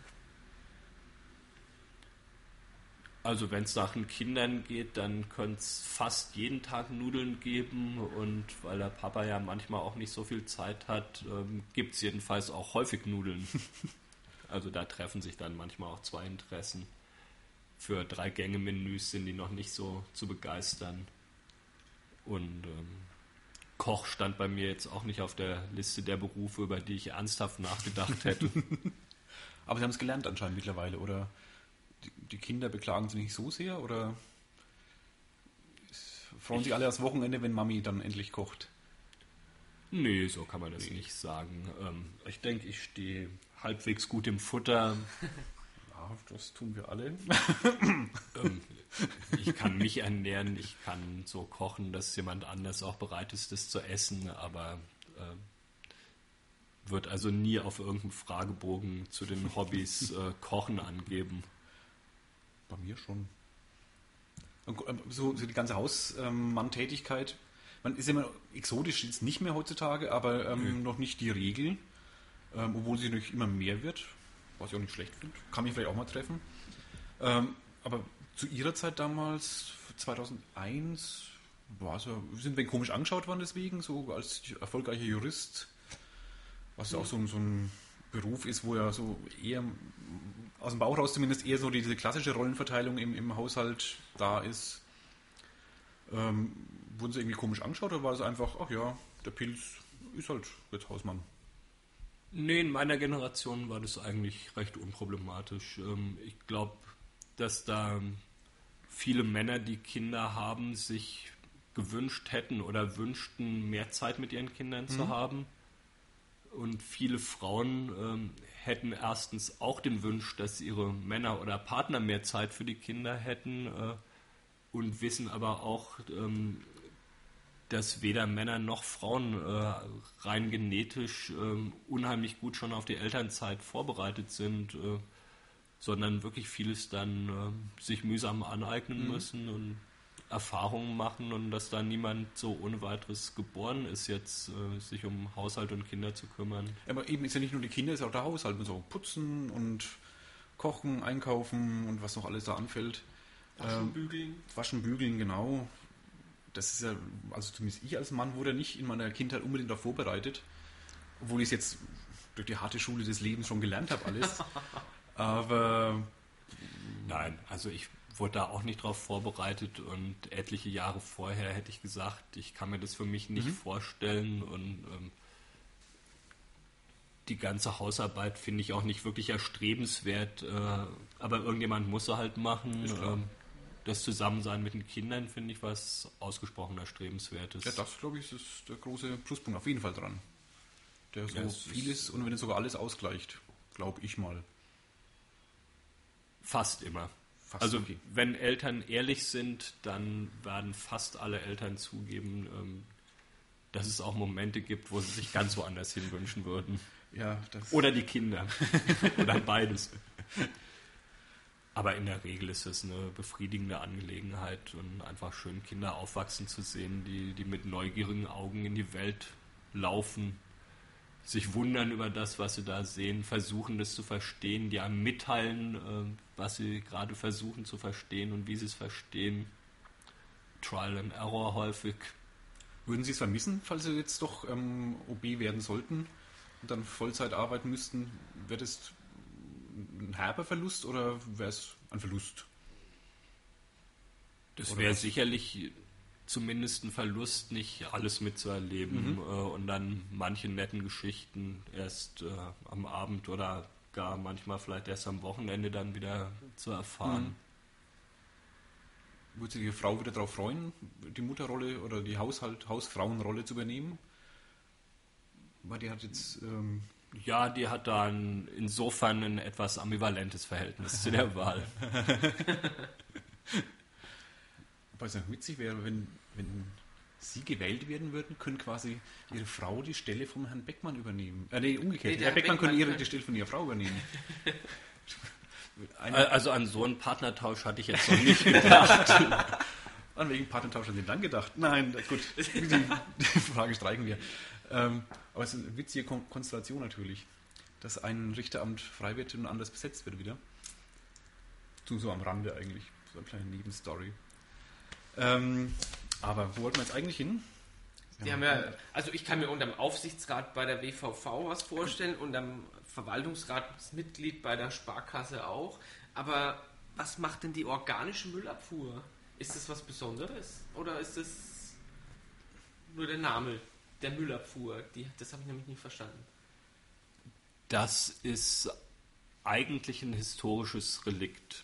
Also wenn es nach den Kindern geht, dann könnte es fast jeden Tag Nudeln geben und weil der Papa ja manchmal auch nicht so viel Zeit hat, ähm, gibt es jedenfalls auch häufig Nudeln. Also da treffen sich dann manchmal auch zwei Interessen. Für drei Gänge-Menüs sind die noch nicht so zu begeistern. Und ähm, Koch stand bei mir jetzt auch nicht auf der Liste der Berufe, über die ich ernsthaft nachgedacht hätte. Aber Sie haben es gelernt anscheinend mittlerweile, oder? Die Kinder beklagen sich nicht so sehr, oder freuen sich alle aufs Wochenende, wenn Mami dann endlich kocht? Nee, so kann man das nee. nicht sagen. Ähm, ich denke, ich stehe halbwegs gut im Futter. Ja, das tun wir alle. ähm, ich kann mich ernähren, ich kann so kochen, dass jemand anders auch bereit ist, das zu essen, aber äh, wird also nie auf irgendeinem Fragebogen zu den Hobbys äh, Kochen angeben. Bei mir schon. So, so die ganze Hausmann-Tätigkeit, man ist immer exotisch jetzt nicht mehr heutzutage, aber ähm, mhm. noch nicht die Regel, ähm, obwohl sie natürlich immer mehr wird, was ich auch nicht schlecht finde. Kann mich vielleicht auch mal treffen. Ähm, aber zu ihrer Zeit damals, zweitausendeins, war so, wir sind ein wenig komisch angeschaut worden deswegen, so als erfolgreicher Jurist, was ja auch so, so ein Beruf ist, wo ja so eher aus dem Bauch raus zumindest eher so diese klassische Rollenverteilung im, im Haushalt da ist. Ähm, wurden sie irgendwie komisch angeschaut oder war es einfach, ach ja, der Pilz ist halt jetzt Hausmann? Nee, in meiner Generation war das eigentlich recht unproblematisch. Ähm, ich glaube, dass da viele Männer, die Kinder haben, sich gewünscht hätten oder wünschten, mehr Zeit mit ihren Kindern mhm. zu haben. Und viele Frauen ähm, hätten erstens auch den Wunsch, dass ihre Männer oder Partner mehr Zeit für die Kinder hätten äh, und wissen aber auch, ähm, dass weder Männer noch Frauen äh, rein genetisch äh, unheimlich gut schon auf die Elternzeit vorbereitet sind, äh, sondern wirklich vieles dann äh, sich mühsam aneignen mhm. müssen und Erfahrungen machen und dass da niemand so ohne weiteres geboren ist, jetzt äh, sich um Haushalt und Kinder zu kümmern. Aber eben ist ja nicht nur die Kinder, es ist auch der Haushalt, so putzen und kochen, einkaufen und was noch alles da anfällt. Waschen, ähm, bügeln. Waschen, bügeln, genau. Das ist ja, also zumindest ich als Mann wurde nicht in meiner Kindheit unbedingt darauf vorbereitet, obwohl ich es jetzt durch die harte Schule des Lebens schon gelernt habe alles. Aber nein, also ich wurde da auch nicht drauf vorbereitet und etliche Jahre vorher hätte ich gesagt, ich kann mir das für mich nicht mhm. vorstellen und ähm, die ganze Hausarbeit finde ich auch nicht wirklich erstrebenswert, äh, aber irgendjemand muss sie halt machen. Ähm, das Zusammensein mit den Kindern finde ich was ausgesprochen Erstrebenswertes. Ja, das glaube ich ist der große Pluspunkt auf jeden Fall dran. Der so ja, vieles und wenn es sogar alles ausgleicht, glaube ich mal. Fast immer. Fast also okay. Wenn Eltern ehrlich sind, dann werden fast alle Eltern zugeben, ähm, dass es auch Momente gibt, wo sie sich ganz woanders hin wünschen würden. Ja, das oder die Kinder. Oder beides. Aber in der Regel ist es eine befriedigende Angelegenheit und einfach schön, Kinder aufwachsen zu sehen, die, die mit neugierigen Augen in die Welt laufen, sich wundern über das, was sie da sehen, versuchen, das zu verstehen, die einem mitteilen, äh, was sie gerade versuchen zu verstehen und wie sie es verstehen. Trial and Error häufig. Würden Sie es vermissen, falls Sie jetzt doch ähm, O B werden sollten und dann Vollzeit arbeiten müssten? Wäre das ein herber Verlust oder wäre es ein Verlust? Das wäre sicherlich zumindest ein Verlust, nicht alles mitzuerleben mhm. äh, und dann manche netten Geschichten erst äh, am Abend oder gar manchmal vielleicht erst am Wochenende dann wieder zu erfahren. Mhm. Würde sich die Frau wieder darauf freuen, die Mutterrolle oder die Haushalt, Hausfrauenrolle zu übernehmen? Weil die hat jetzt... Ähm ja, die hat da ein, insofern ein etwas ambivalentes Verhältnis zu der Wahl. Weil es ja witzig wäre, wenn, wenn Sie gewählt werden würden, können quasi Ihre Frau die Stelle vom Herrn Beckmann übernehmen. Äh, nee, umgekehrt. Nee, Herr Beckmann, Beckmann könnte ihre, die Stelle von Ihrer Frau übernehmen. Eine also an so einen Partnertausch hatte ich jetzt noch nicht gedacht. An welchen Partnertausch haben Sie dann gedacht? Nein, gut, die, die Frage streichen wir. Ähm, aber es ist eine witzige Kon- Konstellation natürlich, dass ein Richteramt frei wird und anders besetzt wird wieder. So, so am Rande eigentlich, so eine kleine Nebenstory. Ähm, aber wo wollten wir jetzt eigentlich hin? Die haben ja, also ich kann mir unter dem Aufsichtsrat bei der W V V was vorstellen, unter dem Verwaltungsratsmitglied bei der Sparkasse auch. Aber was macht denn die organische Müllabfuhr? Ist das was Besonderes? Oder ist das nur der Name der Müllabfuhr? Die, das habe ich nämlich nicht verstanden. Das ist eigentlich ein historisches Relikt.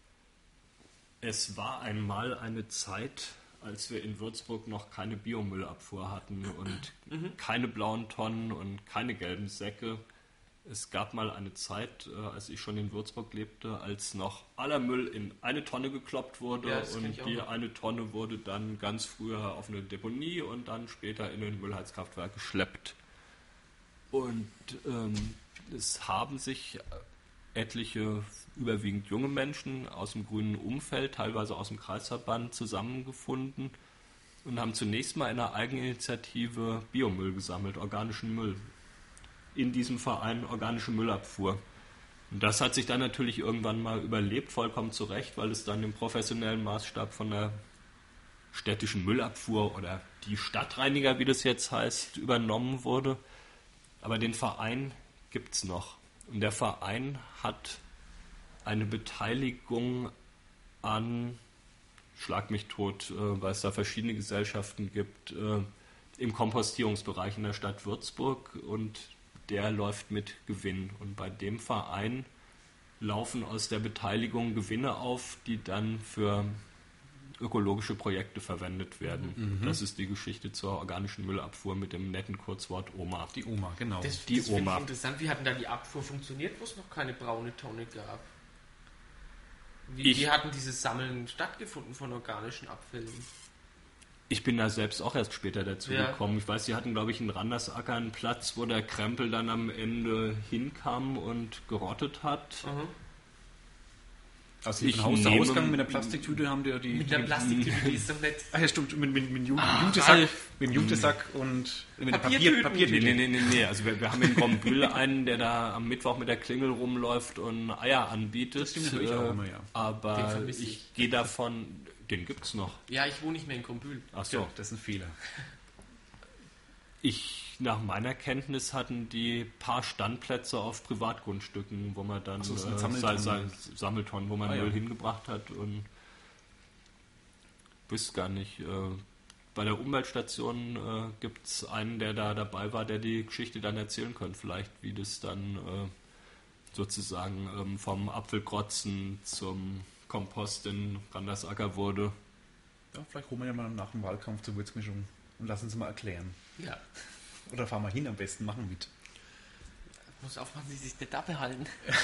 Es war einmal eine Zeit, als wir in Würzburg noch keine Biomüllabfuhr hatten und mhm. keine blauen Tonnen und keine gelben Säcke. Es gab mal eine Zeit, als ich schon in Würzburg lebte, als noch aller Müll in eine Tonne gekloppt wurde ja, und die eine Tonne wurde dann ganz früher auf eine Deponie und dann später in ein Müllheizkraftwerk geschleppt. Und ähm, es haben sich etliche, überwiegend junge Menschen aus dem grünen Umfeld, teilweise aus dem Kreisverband, zusammengefunden und haben zunächst mal in einer Eigeninitiative Biomüll gesammelt, organischen Müll. In diesem Verein organische Müllabfuhr. Und das hat sich dann natürlich irgendwann mal überlebt, vollkommen zu Recht, weil es dann im professionellen Maßstab von der städtischen Müllabfuhr oder die Stadtreiniger, wie das jetzt heißt, übernommen wurde. Aber den Verein gibt es noch. Und der Verein hat eine Beteiligung an, schlag mich tot, äh, weil es da verschiedene Gesellschaften gibt, äh, im Kompostierungsbereich in der Stadt Würzburg und der läuft mit Gewinn. Und bei dem Verein laufen aus der Beteiligung Gewinne auf, die dann für ökologische Projekte verwendet werden. Mhm. Das ist die Geschichte zur organischen Müllabfuhr mit dem netten Kurzwort O M A. Die O M A, genau. Das, die das O M A. Ich interessant. Wie hat denn da die Abfuhr funktioniert, wo es noch keine braune Tonne gab? Wie, wie hatten dieses Sammeln stattgefunden von organischen Abfällen? Ich bin da selbst auch erst später dazu ja. gekommen. Ich weiß, sie hatten, glaube ich, in Randersacker einen Platz, wo der Krempel dann am Ende hinkam und gerottet hat. Mhm. Also von Haus zu Ausgang mit der Plastiktüte haben die... die mit der Plastiktüte, die ist doch nicht... Ach ja, stimmt, mit, mit, mit, ah, Jutesack, mit dem Jutesack und mit der Papier, Papiertüte. Nee, nee, nee, nee, also wir, wir haben in Grombühl einen, der da am Mittwoch mit der Klingel rumläuft und Eier anbietet. Das stimmt natürlich äh, auch immer, ja. Aber ich, ich gehe davon... Den gibt's noch. Ja, ich wohne nicht mehr in Grombühl. Ach so. Ja, das ist ein Fehler. Ich, nach meiner Kenntnis, hatten die paar Standplätze auf Privatgrundstücken, wo man dann so, äh, Sammeltonnen. Sa- Sammeltonnen, wo man ah, Müll ja. hingebracht hat und wüsste gar nicht. Äh, bei der Umweltstation äh, gibt es einen, der da dabei war, der die Geschichte dann erzählen könnte, vielleicht, wie das dann äh, sozusagen ähm, vom Apfelkrotzen zum Kompost in Randersacker wurde. Ja, vielleicht holen wir ja mal nach dem Wahlkampf zur Würzmischung und lassen uns mal erklären. Ja. Oder fahren wir hin am besten, machen mit. Ich muss aufpassen, dass sie sich nicht abbehalten.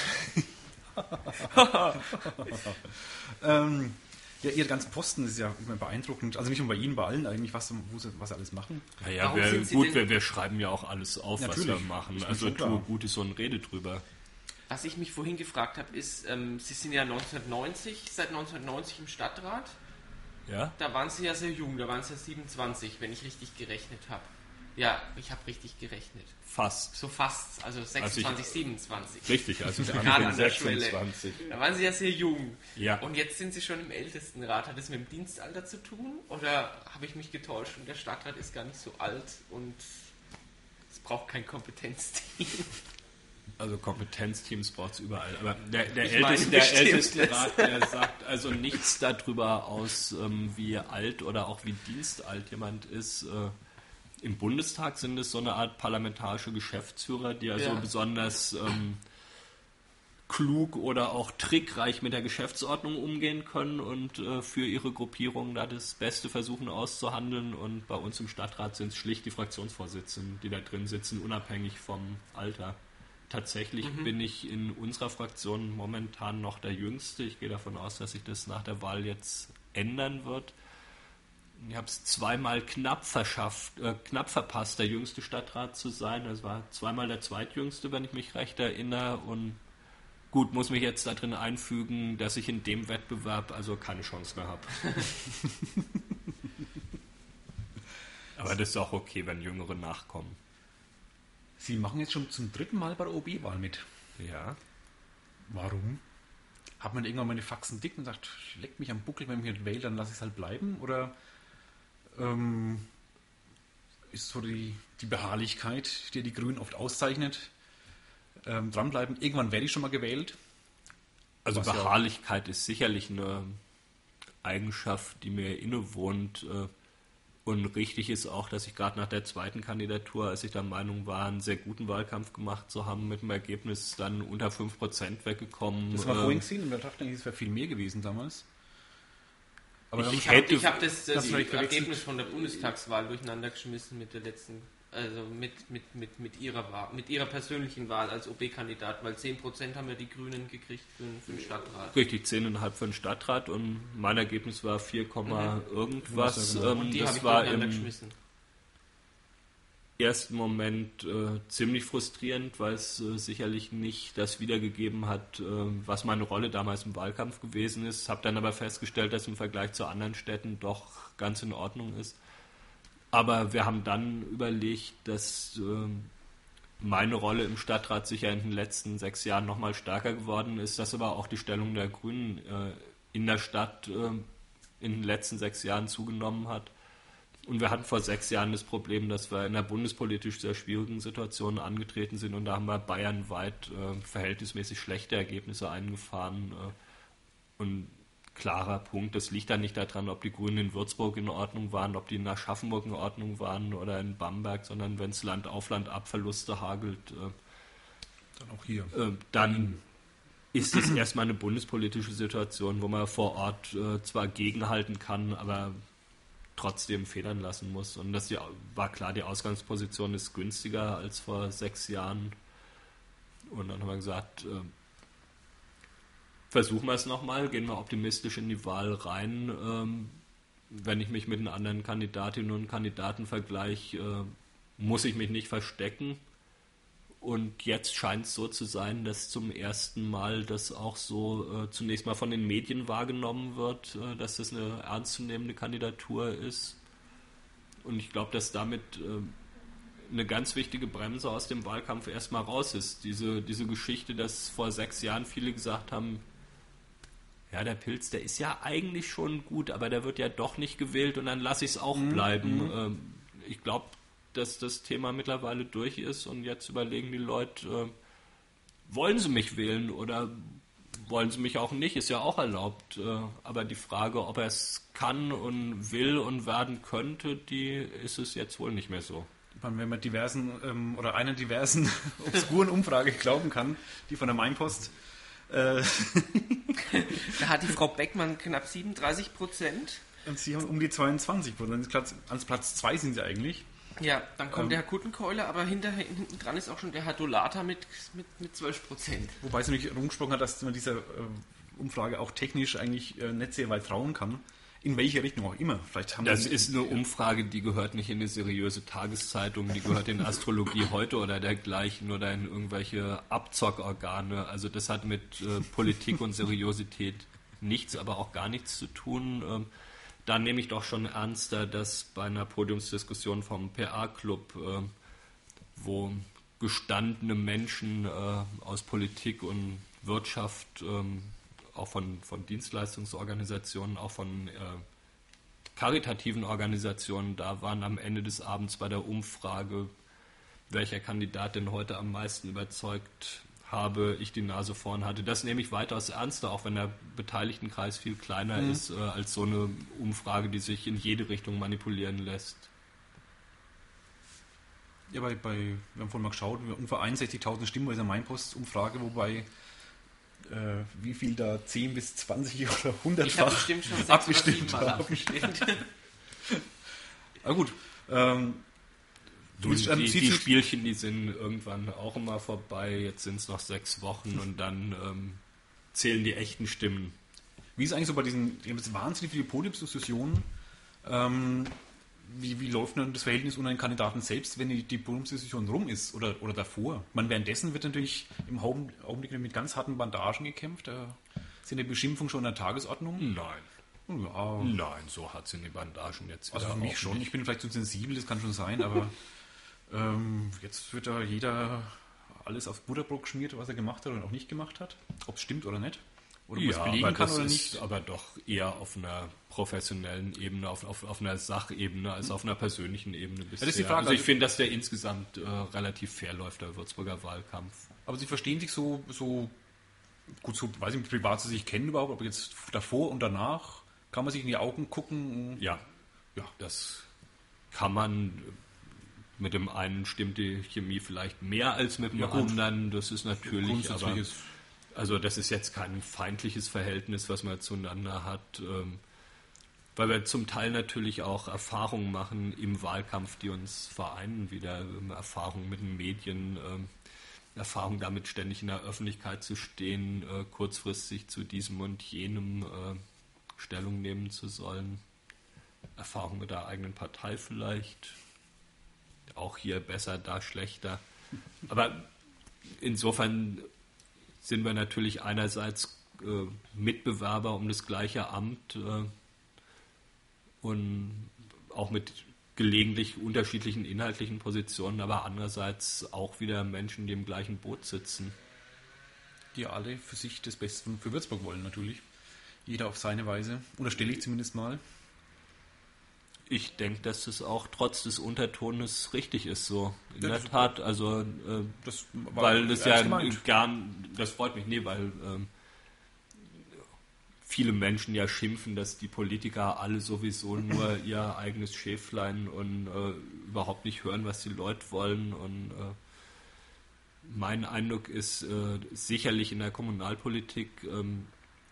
ähm, ja, Ihre ganzen Posten ist ja immer beeindruckend. Also nicht nur bei Ihnen, bei allen eigentlich, was, sie, was sie alles machen. Ja, ja wir, gut, wir, wir schreiben ja auch alles auf, natürlich, was wir machen. Also tue Gutes und rede drüber. Was ich mich vorhin gefragt habe, ist, ähm, Sie sind ja neunzehnhundertneunzig, seit neunzehnhundertneunzig im Stadtrat. Ja. Da waren Sie ja sehr jung, da waren Sie ja siebenundzwanzig, wenn ich richtig gerechnet habe. Ja, ich habe richtig gerechnet. Fast. So fast, also sechsundzwanzig, also ich, siebenundzwanzig. Richtig, also ich gerade an der sechsundzwanzig. Schwelle. Da waren Sie ja sehr jung. Ja. Und jetzt sind Sie schon im Ältestenrat. Hat das mit dem Dienstalter zu tun? Oder habe ich mich getäuscht und der Stadtrat ist gar nicht so alt und es braucht kein Kompetenzteam? Also Kompetenzteams braucht es überall. Aber der, der, Ich älteste, meine, der bestimmt. älteste Rat, der sagt also nichts darüber aus, ähm, wie alt oder auch wie dienstalt jemand ist. Äh, Im Bundestag sind es so eine Art parlamentarische Geschäftsführer, die also Ja. besonders ähm, klug oder auch trickreich mit der Geschäftsordnung umgehen können und äh, für ihre Gruppierung da das Beste versuchen auszuhandeln. Und bei uns im Stadtrat sind es schlicht die Fraktionsvorsitzenden, die da drin sitzen, unabhängig vom Alter. Tatsächlich mhm. bin ich in unserer Fraktion momentan noch der Jüngste. Ich gehe davon aus, dass sich das nach der Wahl jetzt ändern wird. Ich habe es zweimal knapp verschafft, äh, knapp verpasst, der jüngste Stadtrat zu sein. Das war zweimal der zweitjüngste, wenn ich mich recht erinnere. Und gut, muss mich jetzt da drin einfügen, dass ich in dem Wettbewerb also keine Chance mehr habe. Aber das ist auch okay, wenn Jüngere nachkommen. Sie machen jetzt schon zum dritten Mal bei der O B-Wahl mit. Ja. Warum? Hat man irgendwann mal eine Faxen dick und sagt, leck mich am Buckel, wenn ich mich nicht wähle, dann lasse ich es halt bleiben? Oder ähm, ist so die, die Beharrlichkeit, die die Grünen oft auszeichnet, ähm, dranbleiben? Irgendwann werde ich schon mal gewählt. Also Was ja- Beharrlichkeit ist sicherlich eine Eigenschaft, die mir innewohnt. äh, Und richtig ist auch, dass ich gerade nach der zweiten Kandidatur, als ich der Meinung war, einen sehr guten Wahlkampf gemacht zu haben, mit dem Ergebnis dann unter fünf Prozent weggekommen. Das war ähm, vorhin gesehen und wir dachten, es wäre viel mehr gewesen damals. Aber Ich dann- Ich habe hätte- hab das, äh, das die vielleicht verwechselt. Ergebnis von der Bundestagswahl durcheinander geschmissen mit der letzten, also mit, mit, mit, mit, ihrer, Wahl, mit ihrer persönlichen Wahl als O B-Kandidat, weil zehn Prozent haben ja die Grünen gekriegt für, für den Stadtrat. Richtig, zehn Komma fünf für den Stadtrat und mein Ergebnis war vier, irgendwas. Ja, genau. Ähm, Und die habe das ich war durcheinander im geschmissen. ersten Moment äh, ziemlich frustrierend, weil es äh, sicherlich nicht das wiedergegeben hat, äh, was meine Rolle damals im Wahlkampf gewesen ist. Habe dann aber festgestellt, dass im Vergleich zu anderen Städten doch ganz in Ordnung ist. Aber wir haben dann überlegt, dass äh, meine Rolle im Stadtrat sicher in den letzten sechs Jahren noch mal stärker geworden ist, dass aber auch die Stellung der Grünen äh, in der Stadt äh, in den letzten sechs Jahren zugenommen hat. Und wir hatten vor sechs Jahren das Problem, dass wir in einer bundespolitisch sehr schwierigen Situation angetreten sind und da haben wir bayernweit äh, verhältnismäßig schlechte Ergebnisse eingefahren. Äh, und klarer Punkt, das liegt dann nicht daran, ob die Grünen in Würzburg in Ordnung waren, ob die in Aschaffenburg in Ordnung waren oder in Bamberg, sondern wenn es Land auf Land ab Verluste hagelt, äh, dann auch hier. äh, dann ist es erstmal eine bundespolitische Situation, wo man vor Ort äh, zwar gegenhalten kann, aber trotzdem federn lassen muss. Und das die, war klar, die Ausgangsposition ist günstiger als vor sechs Jahren. Und dann haben wir gesagt, äh, versuchen wir es nochmal, gehen wir optimistisch in die Wahl rein. Ähm, wenn ich mich mit den anderen Kandidatinnen und Kandidaten vergleiche, äh, muss ich mich nicht verstecken. Und jetzt scheint es so zu sein, dass zum ersten Mal das auch so äh, zunächst mal von den Medien wahrgenommen wird, äh, dass das eine ernstzunehmende Kandidatur ist. Und ich glaube, dass damit äh, eine ganz wichtige Bremse aus dem Wahlkampf erstmal raus ist. Diese, diese Geschichte, dass vor sechs Jahren viele gesagt haben, ja, der Pilz, der ist ja eigentlich schon gut, aber der wird ja doch nicht gewählt und dann lasse ich es auch Mhm. bleiben. Ähm, ich glaube, dass das Thema mittlerweile durch ist und jetzt überlegen die Leute, äh, wollen sie mich wählen oder wollen sie mich auch nicht, ist ja auch erlaubt. Äh, aber die Frage, ob er es kann und will und werden könnte, die ist es jetzt wohl nicht mehr so. Wenn man diversen ähm, oder einer diversen obskuren Umfrage glauben kann, die von der Mainpost, äh, Da hat die Frau Beckmann knapp siebenunddreißig Prozent. und sie haben um die zweiundzwanzig Prozent. Ans Platz zwei sind sie eigentlich. Ja, dann kommt Ähm. der Herr Kuttenkeule, aber hinter, hinten dran ist auch schon der Herr Dolata mit, mit, mit zwölf Prozent. Wobei es natürlich rumgesprochen hat, dass man dieser äh, Umfrage auch technisch eigentlich äh, nicht sehr weit trauen kann. In welche Richtung auch immer. Vielleicht haben Das wir- ist eine Umfrage, die gehört nicht in eine seriöse Tageszeitung, die gehört in Astrologie heute oder dergleichen oder in irgendwelche Abzockorgane. Also das hat mit äh, Politik und Seriosität nichts, aber auch gar nichts zu tun. Ähm, da nehme ich doch schon ernster, dass bei einer Podiumsdiskussion vom P A-Club, äh, wo gestandene Menschen äh, aus Politik und Wirtschaft, ähm, auch von, von Dienstleistungsorganisationen, auch von äh, karitativen Organisationen da waren am Ende des Abends bei der Umfrage welcher Kandidat denn heute am meisten überzeugt habe, ich die Nase vorn hatte. Das nehme ich weitaus ernster, auch wenn der Beteiligtenkreis viel kleiner mhm. ist, äh, als so eine Umfrage, die sich in jede Richtung manipulieren lässt. Ja, bei, bei wir haben vorhin mal geschaut, ungefähr einundsechzigtausend Stimmen bei dieser Mainpost-Umfrage, wobei äh, wie viel da zehn bis zwanzig oder hundertfach bestimmt schon abgestimmt Mal haben. abgestimmt. Aber gut, ähm, Du, die, ähm, die Spielchen, die sind irgendwann auch immer vorbei. Jetzt sind es noch sechs Wochen und dann ähm, zählen die echten Stimmen. Wie ist eigentlich so bei diesen, die haben jetzt wahnsinnig viele Podiumsdiskussionen. Ähm, wie, wie läuft denn das Verhältnis unter den Kandidaten selbst, wenn die, die Podiumsdiskussion rum ist oder, oder davor? Man, währenddessen wird natürlich im Augenblick mit ganz harten Bandagen gekämpft. Da sind die Beschimpfungen schon an der Tagesordnung. Nein. Ja. Nein, so hat sie die Bandagen jetzt. Also für mich schon. Nicht. Ich bin vielleicht zu sensibel, das kann schon sein, aber ähm, jetzt wird da jeder alles aufs Butterbrot geschmiert, was er gemacht hat oder auch nicht gemacht hat. Ob es stimmt oder nicht. Oder ob ja, es belegen kann oder nicht. Ist aber doch eher auf einer professionellen Ebene, auf, auf, auf einer Sachebene als auf einer persönlichen Ebene bisher. Ja, das ist die Frage. Also ich finde, dass der insgesamt äh, relativ fair läuft, der Würzburger Wahlkampf. Aber Sie verstehen sich so, so gut, so weiß ich nicht, privat Sie sich kennen überhaupt, aber jetzt davor und danach kann man sich in die Augen gucken? Ja, ja, das kann man. Mit dem einen stimmt die Chemie vielleicht mehr als mit dem ja, anderen. Das ist natürlich, aber also das ist jetzt kein feindliches Verhältnis, was man zueinander hat, ähm, weil wir zum Teil natürlich auch Erfahrungen machen im Wahlkampf, die uns vereinen, wieder ähm, Erfahrungen mit den Medien, ähm, Erfahrung damit, ständig in der Öffentlichkeit zu stehen, äh, kurzfristig zu diesem und jenem äh, Stellung nehmen zu sollen, Erfahrung mit der eigenen Partei vielleicht. Auch hier besser, da schlechter. Aber insofern sind wir natürlich einerseits äh, Mitbewerber um das gleiche Amt äh, und auch mit gelegentlich unterschiedlichen inhaltlichen Positionen, aber andererseits auch wieder Menschen, die im gleichen Boot sitzen. Die alle für sich das Beste für Würzburg wollen natürlich. Jeder auf seine Weise. Unterstelle ich zumindest mal. Ich denke, dass das auch trotz des Untertones richtig ist, so in ja, der Tat. Also, äh, das weil das ja gemeint. gern, das freut mich, nee, weil ähm, viele Menschen ja schimpfen, dass die Politiker alle sowieso nur ihr eigenes Schäflein und äh, überhaupt nicht hören, was die Leute wollen. Und äh, mein Eindruck ist äh, sicherlich in der Kommunalpolitik, ähm,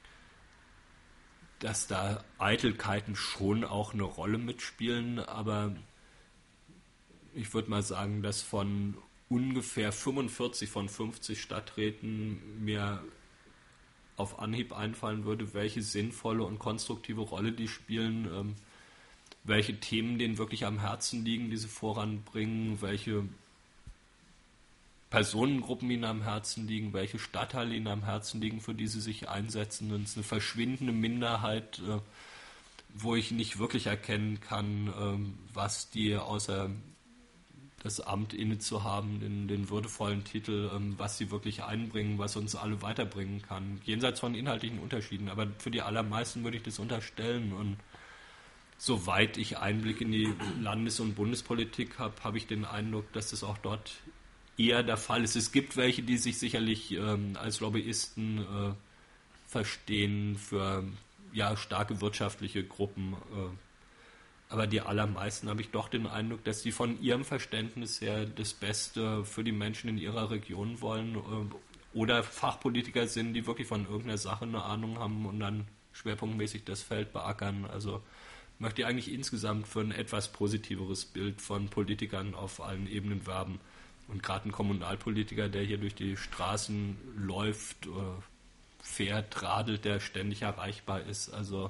dass da Eitelkeiten schon auch eine Rolle mitspielen, aber ich würde mal sagen, dass von ungefähr fünfundvierzig von fünfzig Stadträten mir auf Anhieb einfallen würde, welche sinnvolle und konstruktive Rolle die spielen, ähm, welche Themen denen wirklich am Herzen liegen, die sie voranbringen, welche Personengruppen ihnen am Herzen liegen, welche Stadtteile ihnen am Herzen liegen, für die sie sich einsetzen. Und es ist eine verschwindende Minderheit, äh, wo ich nicht wirklich erkennen kann, äh, was die außer das Amt inne zu haben, den, den würdevollen Titel, äh, was sie wirklich einbringen, was uns alle weiterbringen kann. Jenseits von inhaltlichen Unterschieden. Aber für die allermeisten würde ich das unterstellen. Und soweit ich Einblick in die Landes- und Bundespolitik habe, habe ich den Eindruck, dass das auch dort eher der Fall ist. Es gibt welche, die sich sicherlich ähm, als Lobbyisten äh, verstehen für ja, starke wirtschaftliche Gruppen. Äh, aber die allermeisten habe ich doch den Eindruck, dass sie von ihrem Verständnis her das Beste für die Menschen in ihrer Region wollen äh, oder Fachpolitiker sind, die wirklich von irgendeiner Sache eine Ahnung haben und dann schwerpunktmäßig das Feld beackern. Also möchte ich eigentlich insgesamt für ein etwas positiveres Bild von Politikern auf allen Ebenen werben. Und gerade ein Kommunalpolitiker, der hier durch die Straßen läuft, fährt, radelt, der ständig erreichbar ist. Also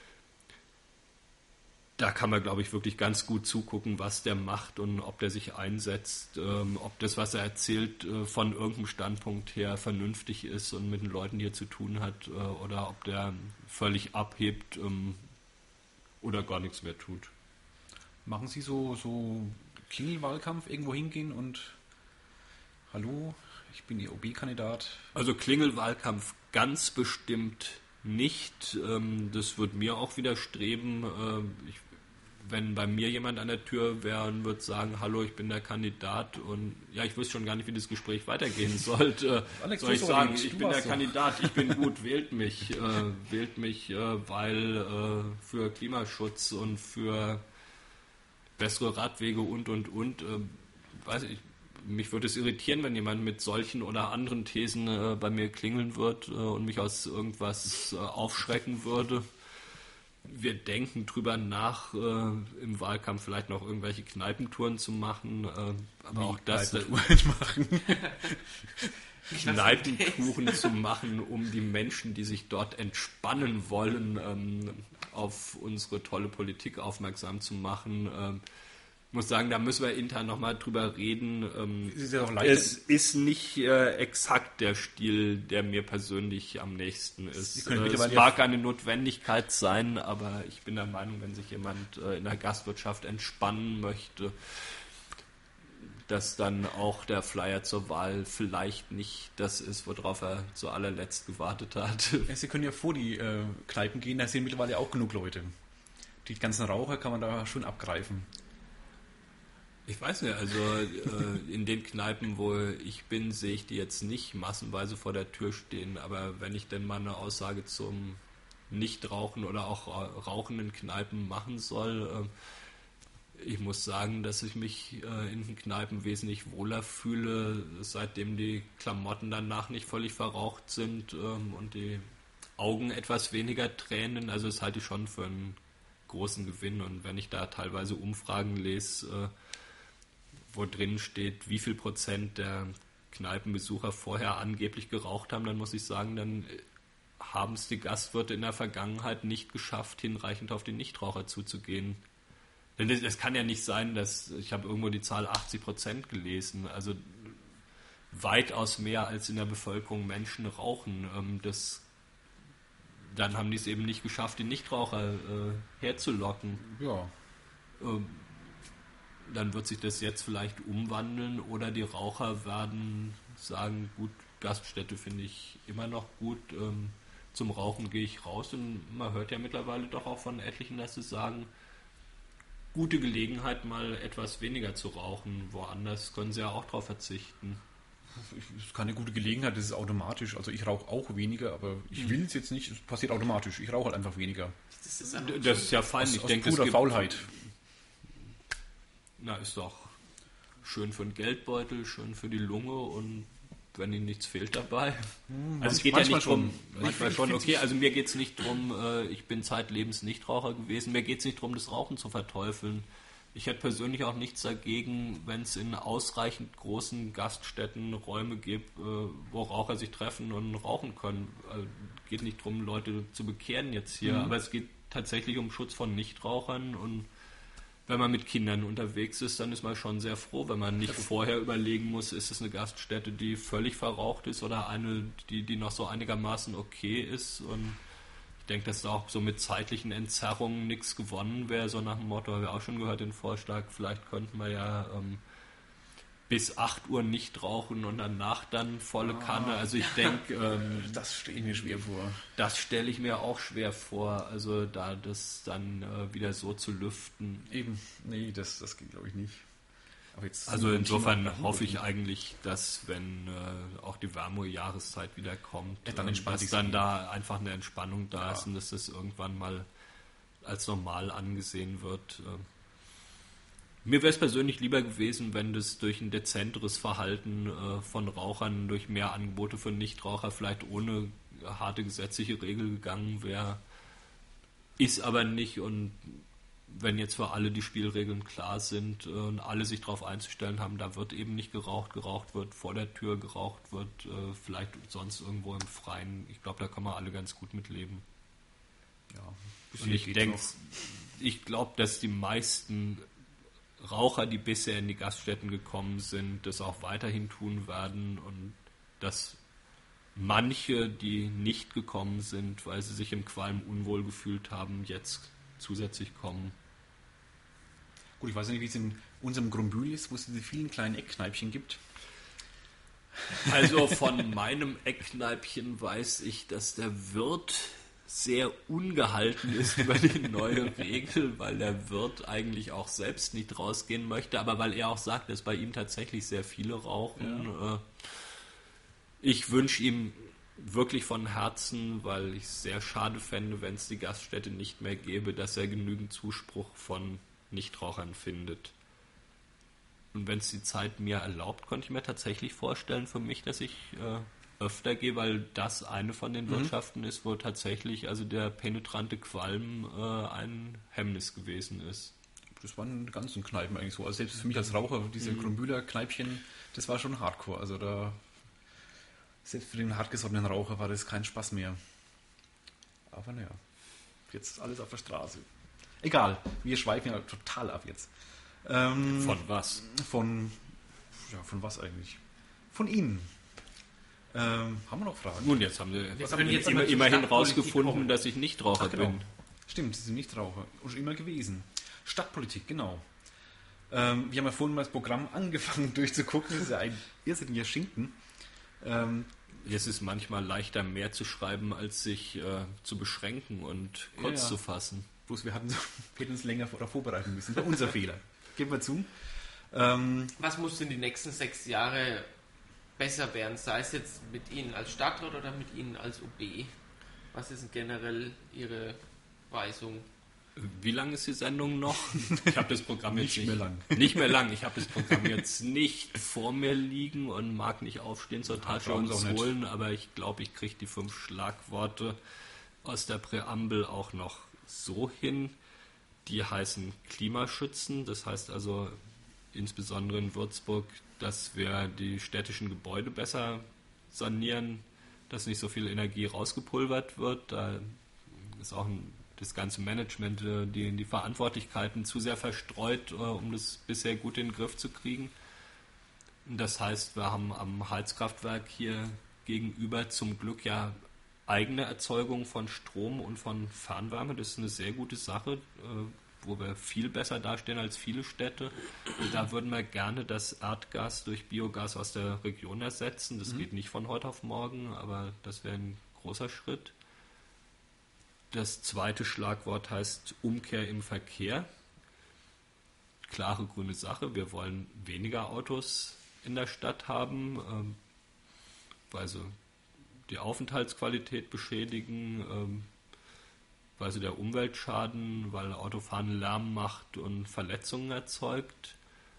da kann man, glaube ich, wirklich ganz gut zugucken, was der macht und ob der sich einsetzt, ähm, ob das, was er erzählt, äh, von irgendeinem Standpunkt her vernünftig ist und mit den Leuten hier zu tun hat äh, oder ob der völlig abhebt ähm, oder gar nichts mehr tut. Machen Sie so, so Klingelwahlkampf irgendwo hingehen und hallo, ich bin Ihr O B-Kandidat? Also Klingelwahlkampf ganz bestimmt nicht. Das wird mir auch widerstreben. Ich wenn bei mir jemand an der Tür wäre und würde sagen, hallo, ich bin der Kandidat und ja, ich wüsste schon gar nicht, wie das Gespräch weitergehen sollte. Alex, soll ich sagen, ich ich bin der so. Kandidat, ich bin gut, wählt mich, äh, wählt mich, äh, weil äh, für Klimaschutz und für bessere Radwege und, und, und, äh, weiß ich, mich würde es irritieren, wenn jemand mit solchen oder anderen Thesen äh, bei mir klingeln wird äh, und mich aus irgendwas äh, aufschrecken würde. Wir denken drüber nach, äh, im Wahlkampf vielleicht noch irgendwelche Kneipentouren zu machen, äh, aber Wie auch das Kneipentouren machen. Kneipentouren zu machen, um die Menschen, die sich dort entspannen wollen, ähm, auf unsere tolle Politik aufmerksam zu machen. Ähm, Ich muss sagen, da müssen wir intern nochmal drüber reden. Ähm, ist ja es ist nicht äh, exakt der Stil, der mir persönlich am nächsten ist. Äh, es mag eine Notwendigkeit sein, aber ich bin der Meinung, wenn sich jemand äh, in der Gastwirtschaft entspannen möchte, dass dann auch der Flyer zur Wahl vielleicht nicht das ist, worauf er zu allerletzt gewartet hat. Ja, Sie können ja vor die äh, Kneipen gehen, da sind mittlerweile auch genug Leute. Die ganzen Raucher kann man da schon abgreifen. Ich weiß nicht, also äh, in den Kneipen, wo ich bin, sehe ich die jetzt nicht massenweise vor der Tür stehen, aber wenn ich denn mal eine Aussage zum Nichtrauchen oder auch rauchenden Kneipen machen soll, äh, ich muss sagen, dass ich mich äh, in den Kneipen wesentlich wohler fühle, seitdem die Klamotten danach nicht völlig verraucht sind ähm, und die Augen etwas weniger tränen, also das halte ich schon für einen großen Gewinn und wenn ich da teilweise Umfragen lese, äh, wo drin steht, wie viel Prozent der Kneipenbesucher vorher angeblich geraucht haben, dann muss ich sagen, dann haben es die Gastwirte in der Vergangenheit nicht geschafft, hinreichend auf die Nichtraucher zuzugehen. Denn das, das kann ja nicht sein, dass, ich habe irgendwo die Zahl achtzig Prozent gelesen, also weitaus mehr als in der Bevölkerung Menschen rauchen. Das, dann haben die es eben nicht geschafft, die Nichtraucher äh, herzulocken. Ja. Ähm, Dann wird sich das jetzt vielleicht umwandeln oder die Raucher werden sagen, gut, Gaststätte finde ich immer noch gut, ähm, zum Rauchen gehe ich raus und man hört ja mittlerweile doch auch von etlichen, dass sie sagen, gute Gelegenheit mal etwas weniger zu rauchen, woanders können sie ja auch darauf verzichten. Das ist keine gute Gelegenheit, das ist automatisch, also ich rauche auch weniger, aber ich hm. will es jetzt nicht, es passiert automatisch, ich rauche halt einfach weniger. Das ist, das ist ja fein, aus, ich aus denke, purer es gibt, Faulheit. Na, ist doch schön für den Geldbeutel, schön für die Lunge und wenn Ihnen nichts fehlt dabei. Hm, also es geht ja nicht schon. drum, manchmal schon, okay, also mir geht es nicht drum, äh, ich bin zeitlebens Nichtraucher gewesen, mir geht es nicht drum, das Rauchen zu verteufeln. Ich hätte persönlich auch nichts dagegen, wenn es in ausreichend großen Gaststätten Räume gibt, äh, wo Raucher sich treffen und rauchen können. Also geht nicht drum, Leute zu bekehren jetzt hier, mhm. aber es geht tatsächlich um Schutz von Nichtrauchern und wenn man mit Kindern unterwegs ist, dann ist man schon sehr froh, wenn man nicht vorher überlegen muss, ist es eine Gaststätte, die völlig verraucht ist oder eine, die, die noch so einigermaßen okay ist. Und ich denke, dass da auch so mit zeitlichen Entzerrungen nichts gewonnen wäre, so nach dem Motto, haben wir auch schon gehört, den Vorschlag, vielleicht könnten wir ja ähm, bis acht Uhr nicht rauchen und danach dann volle Kanne. Also ich denke... Ähm, das stelle ich mir schwer vor. Das stelle ich mir auch schwer vor, also da das dann äh, wieder so zu lüften. Eben, nee, das, das geht glaube ich nicht. Aber jetzt also insofern hoffe ich eigentlich, dass wenn äh, auch die warme Jahreszeit wieder kommt, ja, dann äh, dass dann da einfach eine Entspannung da ja. ist und dass das irgendwann mal als normal angesehen wird. Äh, Mir wäre es persönlich lieber gewesen, wenn das durch ein dezenteres Verhalten äh, von Rauchern, durch mehr Angebote für Nichtraucher, vielleicht ohne harte gesetzliche Regel gegangen wäre. Ist aber nicht und wenn jetzt für alle die Spielregeln klar sind äh, und alle sich darauf einzustellen haben, da wird eben nicht geraucht, geraucht wird vor der Tür, geraucht wird äh, vielleicht sonst irgendwo im Freien. Ich glaube, da kann man alle ganz gut mit leben. Ja, und ich denke, ich glaube, dass die meisten Raucher, die bisher in die Gaststätten gekommen sind, das auch weiterhin tun werden und dass manche, die nicht gekommen sind, weil sie sich im Qualm unwohl gefühlt haben, jetzt zusätzlich kommen. Gut, ich weiß nicht, wie es in unserem Grumbühl ist, wo es diese vielen kleinen Eckkneipchen gibt. Also von meinem Eckkneipchen weiß ich, dass der Wirt sehr ungehalten ist über die neue Regel, weil der Wirt eigentlich auch selbst nicht rausgehen möchte, aber weil er auch sagt, dass bei ihm tatsächlich sehr viele rauchen. Ja. Ich wünsche ihm wirklich von Herzen, weil ich es sehr schade fände, wenn es die Gaststätte nicht mehr gäbe, dass er genügend Zuspruch von Nichtrauchern findet. Und wenn es die Zeit mir erlaubt, konnte ich mir tatsächlich vorstellen für mich, dass ich äh, öfter gehe, weil das eine von den mhm. Wirtschaften ist, wo tatsächlich also der penetrante Qualm äh, ein Hemmnis gewesen ist. Das waren die ganzen Kneipen eigentlich so. Also selbst für mich als Raucher, diese mhm. Kronbühler-Kneipchen, das war schon Hardcore. Also da, selbst für den hartgesottenen Raucher war das kein Spaß mehr. Aber naja, jetzt ist alles auf der Straße. Egal, wir schweifen ja total ab jetzt. Ähm, von was? Von, ja, von was eigentlich? Von Ihnen. Ähm, haben wir noch Fragen? Nun, jetzt haben wir, wir haben jetzt immer, immerhin rausgefunden, dass ich Nichtraucher Ach, genau. bin. Stimmt, Sie sind Nichtraucher. Und schon immer gewesen. Stadtpolitik, genau. Ähm, wir haben ja vorhin mal das Programm angefangen durchzugucken. Das ist ja ein irrsinniger Schinken. Ähm, es ist manchmal leichter, mehr zu schreiben, als sich äh, zu beschränken und kurz ja, zu fassen. Bloß wir hatten, wir hätten uns länger darauf vorbereiten müssen. Das war unser Fehler. Geben wir zu. Ähm, Was muss in den nächsten sechs Jahren besser werden, sei es jetzt mit Ihnen als Stadtrat oder mit Ihnen als O B? Was ist denn generell Ihre Weisung? Wie lang ist die Sendung noch? Ich habe das Programm jetzt nicht, nicht mehr lang. Nicht mehr lang. Ich habe das Programm jetzt nicht vor mir liegen und mag nicht aufstehen zur Tasche und es holen, aber ich glaube, ich kriege die fünf Schlagworte aus der Präambel auch noch so hin. Die heißen Klimaschützen, das heißt also insbesondere in Würzburg, dass wir die städtischen Gebäude besser sanieren, dass nicht so viel Energie rausgepulvert wird. Da ist auch ein, das ganze Management, die, die Verantwortlichkeiten zu sehr verstreut, um das bisher gut in den Griff zu kriegen. Das heißt, wir haben am Heizkraftwerk hier gegenüber zum Glück ja eigene Erzeugung von Strom und von Fernwärme. Das ist eine sehr gute Sache, wo wir viel besser dastehen als viele Städte. Und da würden wir gerne das Erdgas durch Biogas aus der Region ersetzen. Das mhm. geht nicht von heute auf morgen, aber das wäre ein großer Schritt. Das zweite Schlagwort heißt Umkehr im Verkehr. Klare grüne Sache. Wir wollen weniger Autos in der Stadt haben, weil sie die Aufenthaltsqualität beschädigen, weil sie der Umwelt schaden, weil Autofahren Lärm macht und Verletzungen erzeugt.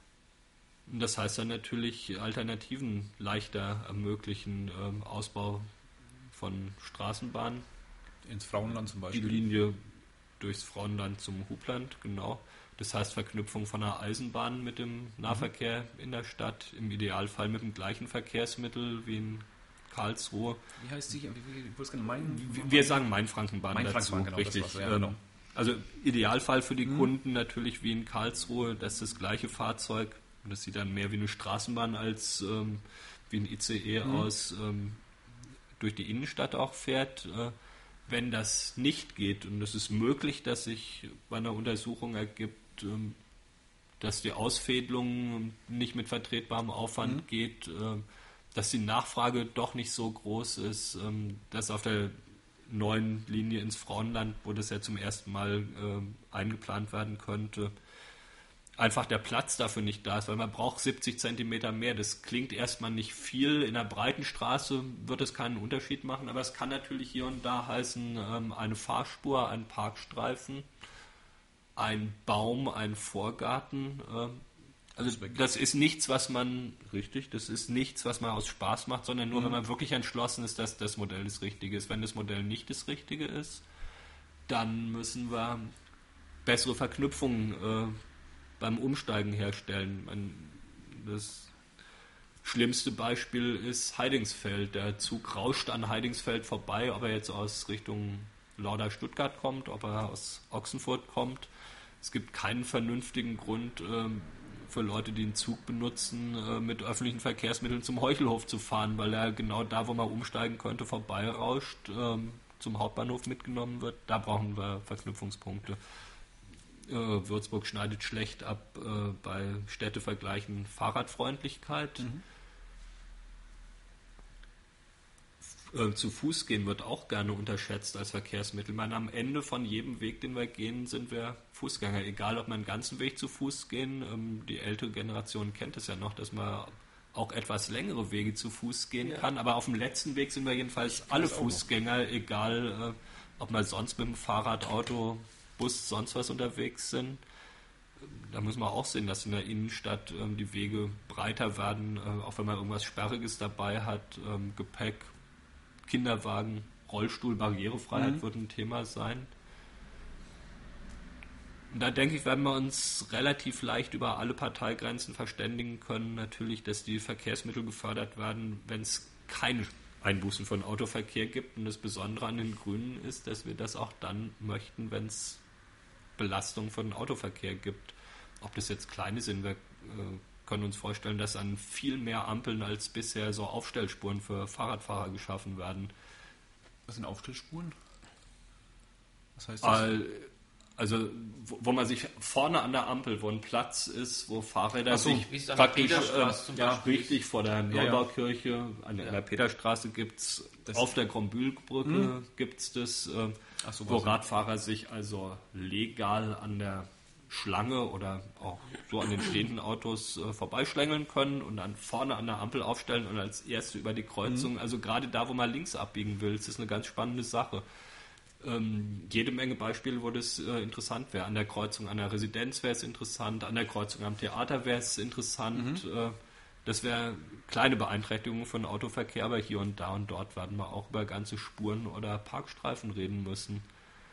Und das heißt dann natürlich Alternativen leichter ermöglichen, ähm, Ausbau von Straßenbahnen. Ins Frauenland zum Beispiel. Die Linie durchs Frauenland zum Hubland, genau. Das heißt Verknüpfung von einer Eisenbahn mit dem Nahverkehr mhm. in der Stadt, im Idealfall mit dem gleichen Verkehrsmittel wie in Karlsruhe. Wie heißt die? Wie, wie, mein, wir sagen Mainfrankenbahn Main dazu, genau, richtig. Das ja, genau. Also Idealfall für die mhm. Kunden natürlich wie in Karlsruhe, dass das gleiche Fahrzeug, das sieht dann mehr wie eine Straßenbahn als ähm, wie ein I C E mhm. aus, ähm, durch die Innenstadt auch fährt. Äh, wenn das nicht geht, und es ist möglich, dass sich bei einer Untersuchung ergibt, ähm, dass die Ausfädelung nicht mit vertretbarem Aufwand mhm. geht, äh, dass die Nachfrage doch nicht so groß ist, ähm, dass auf der neuen Linie ins Frauenland, wo das ja zum ersten Mal äh, eingeplant werden könnte, einfach der Platz dafür nicht da ist, weil man braucht siebzig Zentimeter mehr. Das klingt erstmal nicht viel. In einer breiten Straße wird es keinen Unterschied machen, aber es kann natürlich hier und da heißen, ähm, eine Fahrspur, ein Parkstreifen, ein Baum, ein Vorgarten. Äh, also das ist nichts, was man, richtig, das ist nichts, was man aus Spaß macht, sondern nur, mhm. wenn man wirklich entschlossen ist, dass das Modell das Richtige ist. Wenn das Modell nicht das Richtige ist, dann müssen wir bessere Verknüpfungen äh, beim Umsteigen herstellen. Man, das schlimmste Beispiel ist Heidingsfeld. Der Zug rauscht an Heidingsfeld vorbei, ob er jetzt aus Richtung Lauda-Stuttgart kommt, ob er aus Ochsenfurt kommt. Es gibt keinen vernünftigen Grund äh, für Leute, die einen Zug benutzen, äh, mit öffentlichen Verkehrsmitteln zum Heuchelhof zu fahren, weil er genau da, wo man umsteigen könnte, vorbeirauscht, äh, zum Hauptbahnhof mitgenommen wird. Da brauchen wir Verknüpfungspunkte. Äh, Würzburg schneidet schlecht ab äh, bei Städtevergleichen Fahrradfreundlichkeit. Mhm. Äh, zu Fuß gehen wird auch gerne unterschätzt als Verkehrsmittel. Ich meine, am Ende von jedem Weg, den wir gehen, sind wir Fußgänger. Egal, ob wir einen ganzen Weg zu Fuß gehen. Ähm, die ältere Generation kennt es ja noch, dass man auch etwas längere Wege zu Fuß gehen ja. kann. Aber auf dem letzten Weg sind wir jedenfalls alle Fußgänger, egal äh, ob wir sonst mit dem Fahrrad, Auto, Bus, sonst was unterwegs sind. Da muss man auch sehen, dass in der Innenstadt ähm, die Wege breiter werden, äh, auch wenn man irgendwas Sperriges dabei hat, ähm, Gepäck, Kinderwagen, Rollstuhl, Barrierefreiheit mhm. wird ein Thema sein. Und da denke ich, werden wir uns relativ leicht über alle Parteigrenzen verständigen können, natürlich, dass die Verkehrsmittel gefördert werden, wenn es keine Einbußen von Autoverkehr gibt. Und das Besondere an den Grünen ist, dass wir das auch dann möchten, wenn es Belastung von Autoverkehr gibt. Ob das jetzt kleine sind, wir äh, können uns vorstellen, dass an viel mehr Ampeln als bisher so Aufstellspuren für Fahrradfahrer geschaffen werden. Was sind Aufstellspuren? Was heißt das? All, also wo, wo man sich vorne an der Ampel, wo ein Platz ist, wo Fahrräder so, sich praktisch äh, ja, richtig vor der Neubaukirche, ja, ja. an der, ja. Peterstraße gibt es, auf der Grombühlbrücke hm. gibt es das, äh, so, wo Radfahrer sich also legal an der Schlange oder auch so an den stehenden Autos äh, vorbeischlängeln können und dann vorne an der Ampel aufstellen und als Erste über die Kreuzung, mhm. also gerade da, wo man links abbiegen will, das ist eine ganz spannende Sache. Ähm, jede Menge Beispiele, wo das äh, interessant wäre. An der Kreuzung an der Residenz wäre es interessant, an der Kreuzung am Theater wäre es interessant. Mhm. Äh, das wäre kleine Beeinträchtigungen von Autoverkehr, aber hier und da und dort werden wir auch über ganze Spuren oder Parkstreifen reden müssen.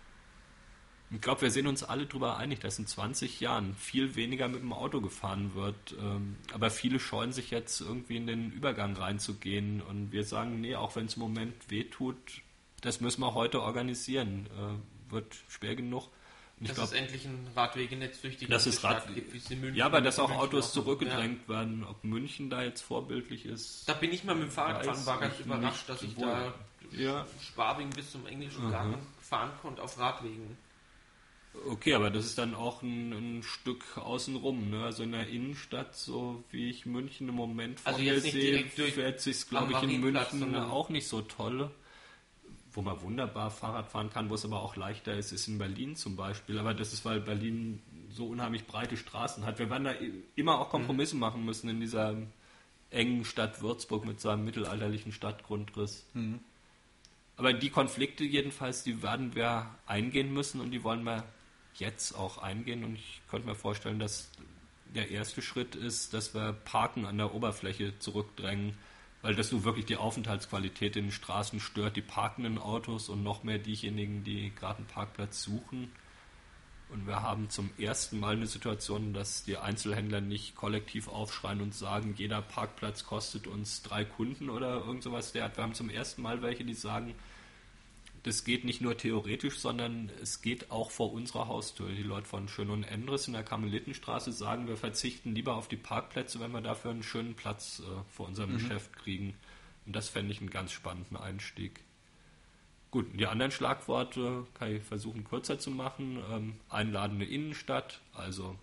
Ich glaube, wir sind uns alle darüber einig, dass in zwanzig Jahren viel weniger mit dem Auto gefahren wird. Aber viele scheuen sich jetzt irgendwie in den Übergang reinzugehen. Und wir sagen, nee, auch wenn es im Moment wehtut, das müssen wir heute organisieren. Wird schwer genug. Und dass glaub, es endlich ein Radwegenetz durch die ganze Stadt gibt, wie es in München. Ja, aber dass auch Autos zurückgedrängt ja. werden. Ob München da jetzt vorbildlich ist. Da bin ich mal mit dem Fahrradfahren, war ganz überrascht, dass ich da ja. Schwabing bis zum englischen Garten mhm. fahren konnte auf Radwegen. Okay, aber das ist dann auch ein, ein Stück außenrum, ne? Also in der Innenstadt, so wie ich München im Moment vor also mir sehe, fährt sich, glaube ich, in München auch nicht so toll. Wo man wunderbar Fahrrad fahren kann, wo es aber auch leichter ist, ist in Berlin zum Beispiel. Aber das ist, weil Berlin so unheimlich breite Straßen hat. Wir werden da immer auch Kompromisse mhm. machen müssen in dieser engen Stadt Würzburg mit seinem mittelalterlichen Stadtgrundriss. Mhm. Aber die Konflikte jedenfalls, die werden wir eingehen müssen und die wollen wir jetzt auch eingehen. Und ich könnte mir vorstellen, dass der erste Schritt ist, dass wir Parken an der Oberfläche zurückdrängen, weil das nur wirklich die Aufenthaltsqualität in den Straßen stört, die parkenden Autos und noch mehr diejenigen, die gerade einen Parkplatz suchen. Und wir haben zum ersten Mal eine Situation, dass die Einzelhändler nicht kollektiv aufschreien und sagen, jeder Parkplatz kostet uns drei Kunden oder irgend sowas. Wir haben zum ersten Mal welche, die sagen, das geht nicht nur theoretisch, sondern es geht auch vor unserer Haustür. Die Leute von Schön und Endres in der Karmelitenstraße sagen, wir verzichten lieber auf die Parkplätze, wenn wir dafür einen schönen Platz äh, vor unserem mhm. Geschäft kriegen. Und das fände ich einen ganz spannenden Einstieg. Gut, die anderen Schlagworte kann ich versuchen kürzer zu machen. Ähm, einladende Innenstadt, also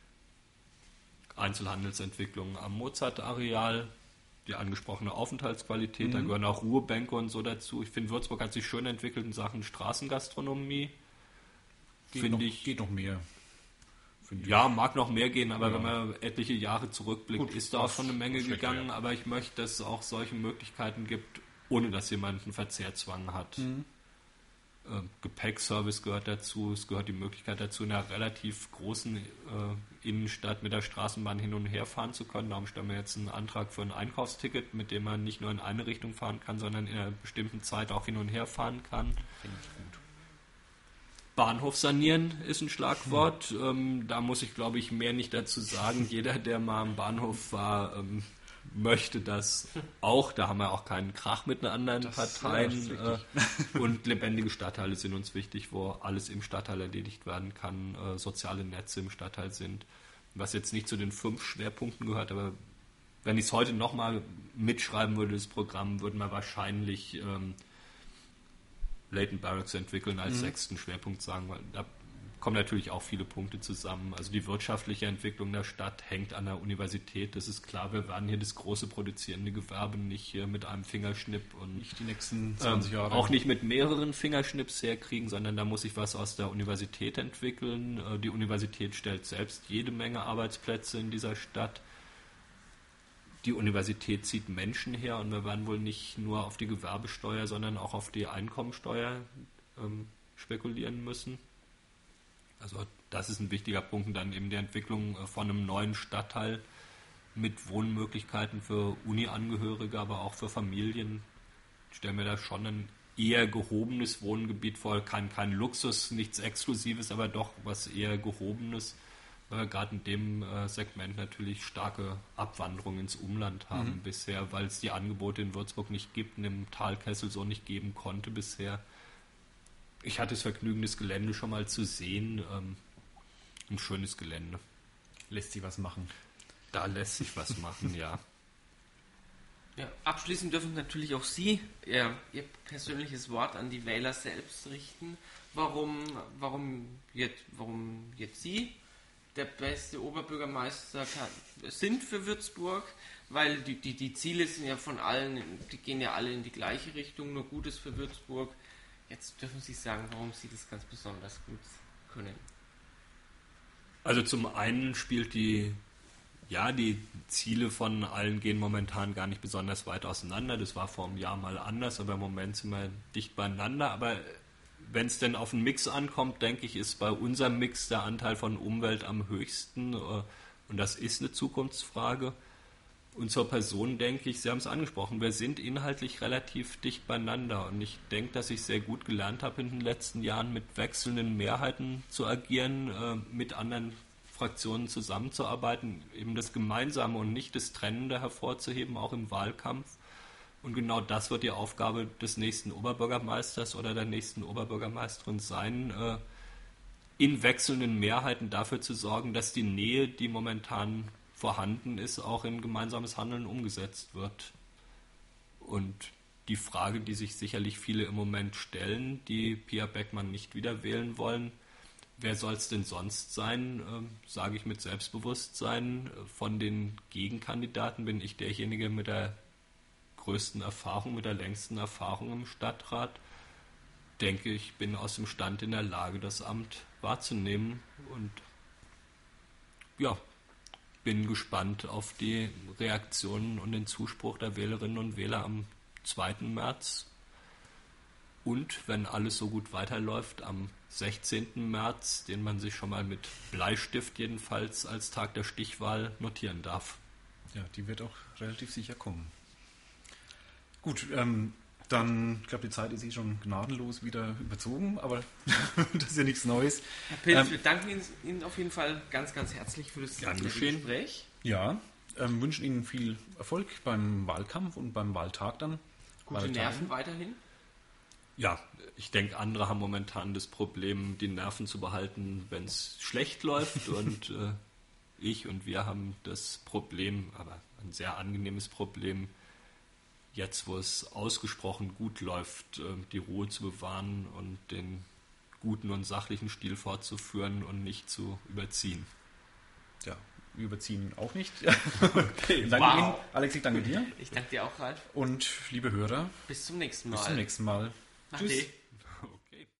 Einzelhandelsentwicklung am Mozart-Areal, die angesprochene Aufenthaltsqualität, mhm. da gehören auch Ruhebänke und so dazu. Ich finde, Würzburg hat sich schön entwickelt in Sachen Straßengastronomie. Geht, noch, ich, geht noch mehr. Ja, mag noch mehr gehen, aber ja. wenn man etliche Jahre zurückblickt, Gut, ist da auch schon eine Menge gegangen. Ja. Aber ich möchte, dass es auch solche Möglichkeiten gibt, ohne dass jemand einen Verzehrzwang hat. Mhm. Äh, Gepäckservice gehört dazu, es gehört die Möglichkeit dazu, in einer relativ großen äh, Innenstadt mit der Straßenbahn hin und her fahren zu können. Darum stellen wir jetzt einen Antrag für ein Einkaufsticket, mit dem man nicht nur in eine Richtung fahren kann, sondern in einer bestimmten Zeit auch hin und her fahren kann. Finde ich gut. Bahnhof sanieren ist ein Schlagwort. Mhm. Ähm, da muss ich, glaube ich, mehr nicht dazu sagen. Jeder, der mal am Bahnhof war, ähm, möchte das auch. Da haben wir auch keinen Krach mit den anderen das, Parteien. Ja, äh, und lebendige Stadtteile sind uns wichtig, wo alles im Stadtteil erledigt werden kann, äh, soziale Netze im Stadtteil sind. Was jetzt nicht zu den fünf Schwerpunkten gehört, aber wenn ich es heute nochmal mitschreiben würde, das Programm, würden wir wahrscheinlich ähm, Leighton Barracks entwickeln als mhm. sechsten Schwerpunkt sagen, weil da kommen natürlich auch viele Punkte zusammen. Also die wirtschaftliche Entwicklung der Stadt hängt an der Universität. Das ist klar, wir werden hier das große produzierende Gewerbe nicht hier mit einem Fingerschnipp und nicht die nächsten zwanzig ähm, Jahre. Auch nicht mit mehreren Fingerschnips herkriegen, sondern da muss sich was aus der Universität entwickeln. Äh, die Universität stellt selbst jede Menge Arbeitsplätze in dieser Stadt. Die Universität zieht Menschen her und wir werden wohl nicht nur auf die Gewerbesteuer, sondern auch auf die Einkommensteuer ähm, spekulieren müssen. Also das ist ein wichtiger Punkt. Und dann eben die Entwicklung von einem neuen Stadtteil mit Wohnmöglichkeiten für Uni-Angehörige, aber auch für Familien. Ich stelle mir da schon ein eher gehobenes Wohngebiet vor. Kein, kein Luxus, nichts Exklusives, aber doch was eher Gehobenes. Weil wir gerade in dem äh, Segment natürlich starke Abwanderung ins Umland haben mhm. bisher, weil es die Angebote in Würzburg nicht gibt, und im Talkessel so nicht geben konnte bisher. Ich hatte das Vergnügen, das Gelände schon mal zu sehen. Ähm, ein schönes Gelände. Lässt sich was machen. Da lässt sich was machen, ja. Ja, abschließend dürfen natürlich auch Sie Ihr, Ihr persönliches Wort an die Wähler selbst richten. Warum, warum, jetzt, warum jetzt Sie der beste Oberbürgermeister kann, sind für Würzburg? Weil die, die, die Ziele sind ja von allen, die gehen ja alle in die gleiche Richtung, nur Gutes für Würzburg. Jetzt dürfen Sie sagen, warum Sie das ganz besonders gut können. Also zum einen spielt die, ja, die Ziele von allen gehen momentan gar nicht besonders weit auseinander. Das war vor einem Jahr mal anders, aber im Moment sind wir dicht beieinander. Aber wenn es denn auf einen Mix ankommt, denke ich, ist bei unserem Mix der Anteil von Umwelt am höchsten. Und das ist eine Zukunftsfrage. Und zur Person denke ich, Sie haben es angesprochen, wir sind inhaltlich relativ dicht beieinander. Und ich denke, dass ich sehr gut gelernt habe in den letzten Jahren, mit wechselnden Mehrheiten zu agieren, äh, mit anderen Fraktionen zusammenzuarbeiten, eben das Gemeinsame und nicht das Trennende hervorzuheben, auch im Wahlkampf. Und genau das wird die Aufgabe des nächsten Oberbürgermeisters oder der nächsten Oberbürgermeisterin sein, äh, in wechselnden Mehrheiten dafür zu sorgen, dass die Nähe, die momentan vorhanden ist, auch in gemeinsames Handeln umgesetzt wird. Und die Frage, die sich sicherlich viele im Moment stellen, die Pia Beckmann nicht wieder wählen wollen, wer soll es denn sonst sein, äh, sage ich mit Selbstbewusstsein. Von den Gegenkandidaten bin ich derjenige mit der größten Erfahrung, mit der längsten Erfahrung im Stadtrat. Denke, ich bin aus dem Stand in der Lage, das Amt wahrzunehmen und ja, bin gespannt auf die Reaktionen und den Zuspruch der Wählerinnen und Wähler am zweiten März. Und wenn alles so gut weiterläuft, am sechzehnten März, den man sich schon mal mit Bleistift jedenfalls als Tag der Stichwahl notieren darf. Ja, die wird auch relativ sicher kommen. Gut, ähm, dann, ich glaube, die Zeit ist eh schon gnadenlos wieder überzogen, aber das ist ja nichts Neues. Herr Pilz, ähm, wir danken Ihnen, Ihnen auf jeden Fall ganz, ganz herzlich für das Gespräch. Ja, ähm, wünschen Ihnen viel Erfolg beim Wahlkampf und beim Wahltag dann. Gute Wahltagen. Nerven weiterhin. Ja, ich denke, andere haben momentan das Problem, die Nerven zu behalten, wenn es schlecht läuft. Und äh, ich und wir haben das Problem, aber ein sehr angenehmes Problem, jetzt, wo es ausgesprochen gut läuft, die Ruhe zu bewahren und den guten und sachlichen Stil fortzuführen und nicht zu überziehen. Ja, wir überziehen auch nicht. Okay, danke wow. Ihnen. Alex, ich danke dir. Ich danke dir auch, Ralf. Und liebe Hörer, bis zum nächsten Mal. Bis zum nächsten Mal. Ade. Tschüss.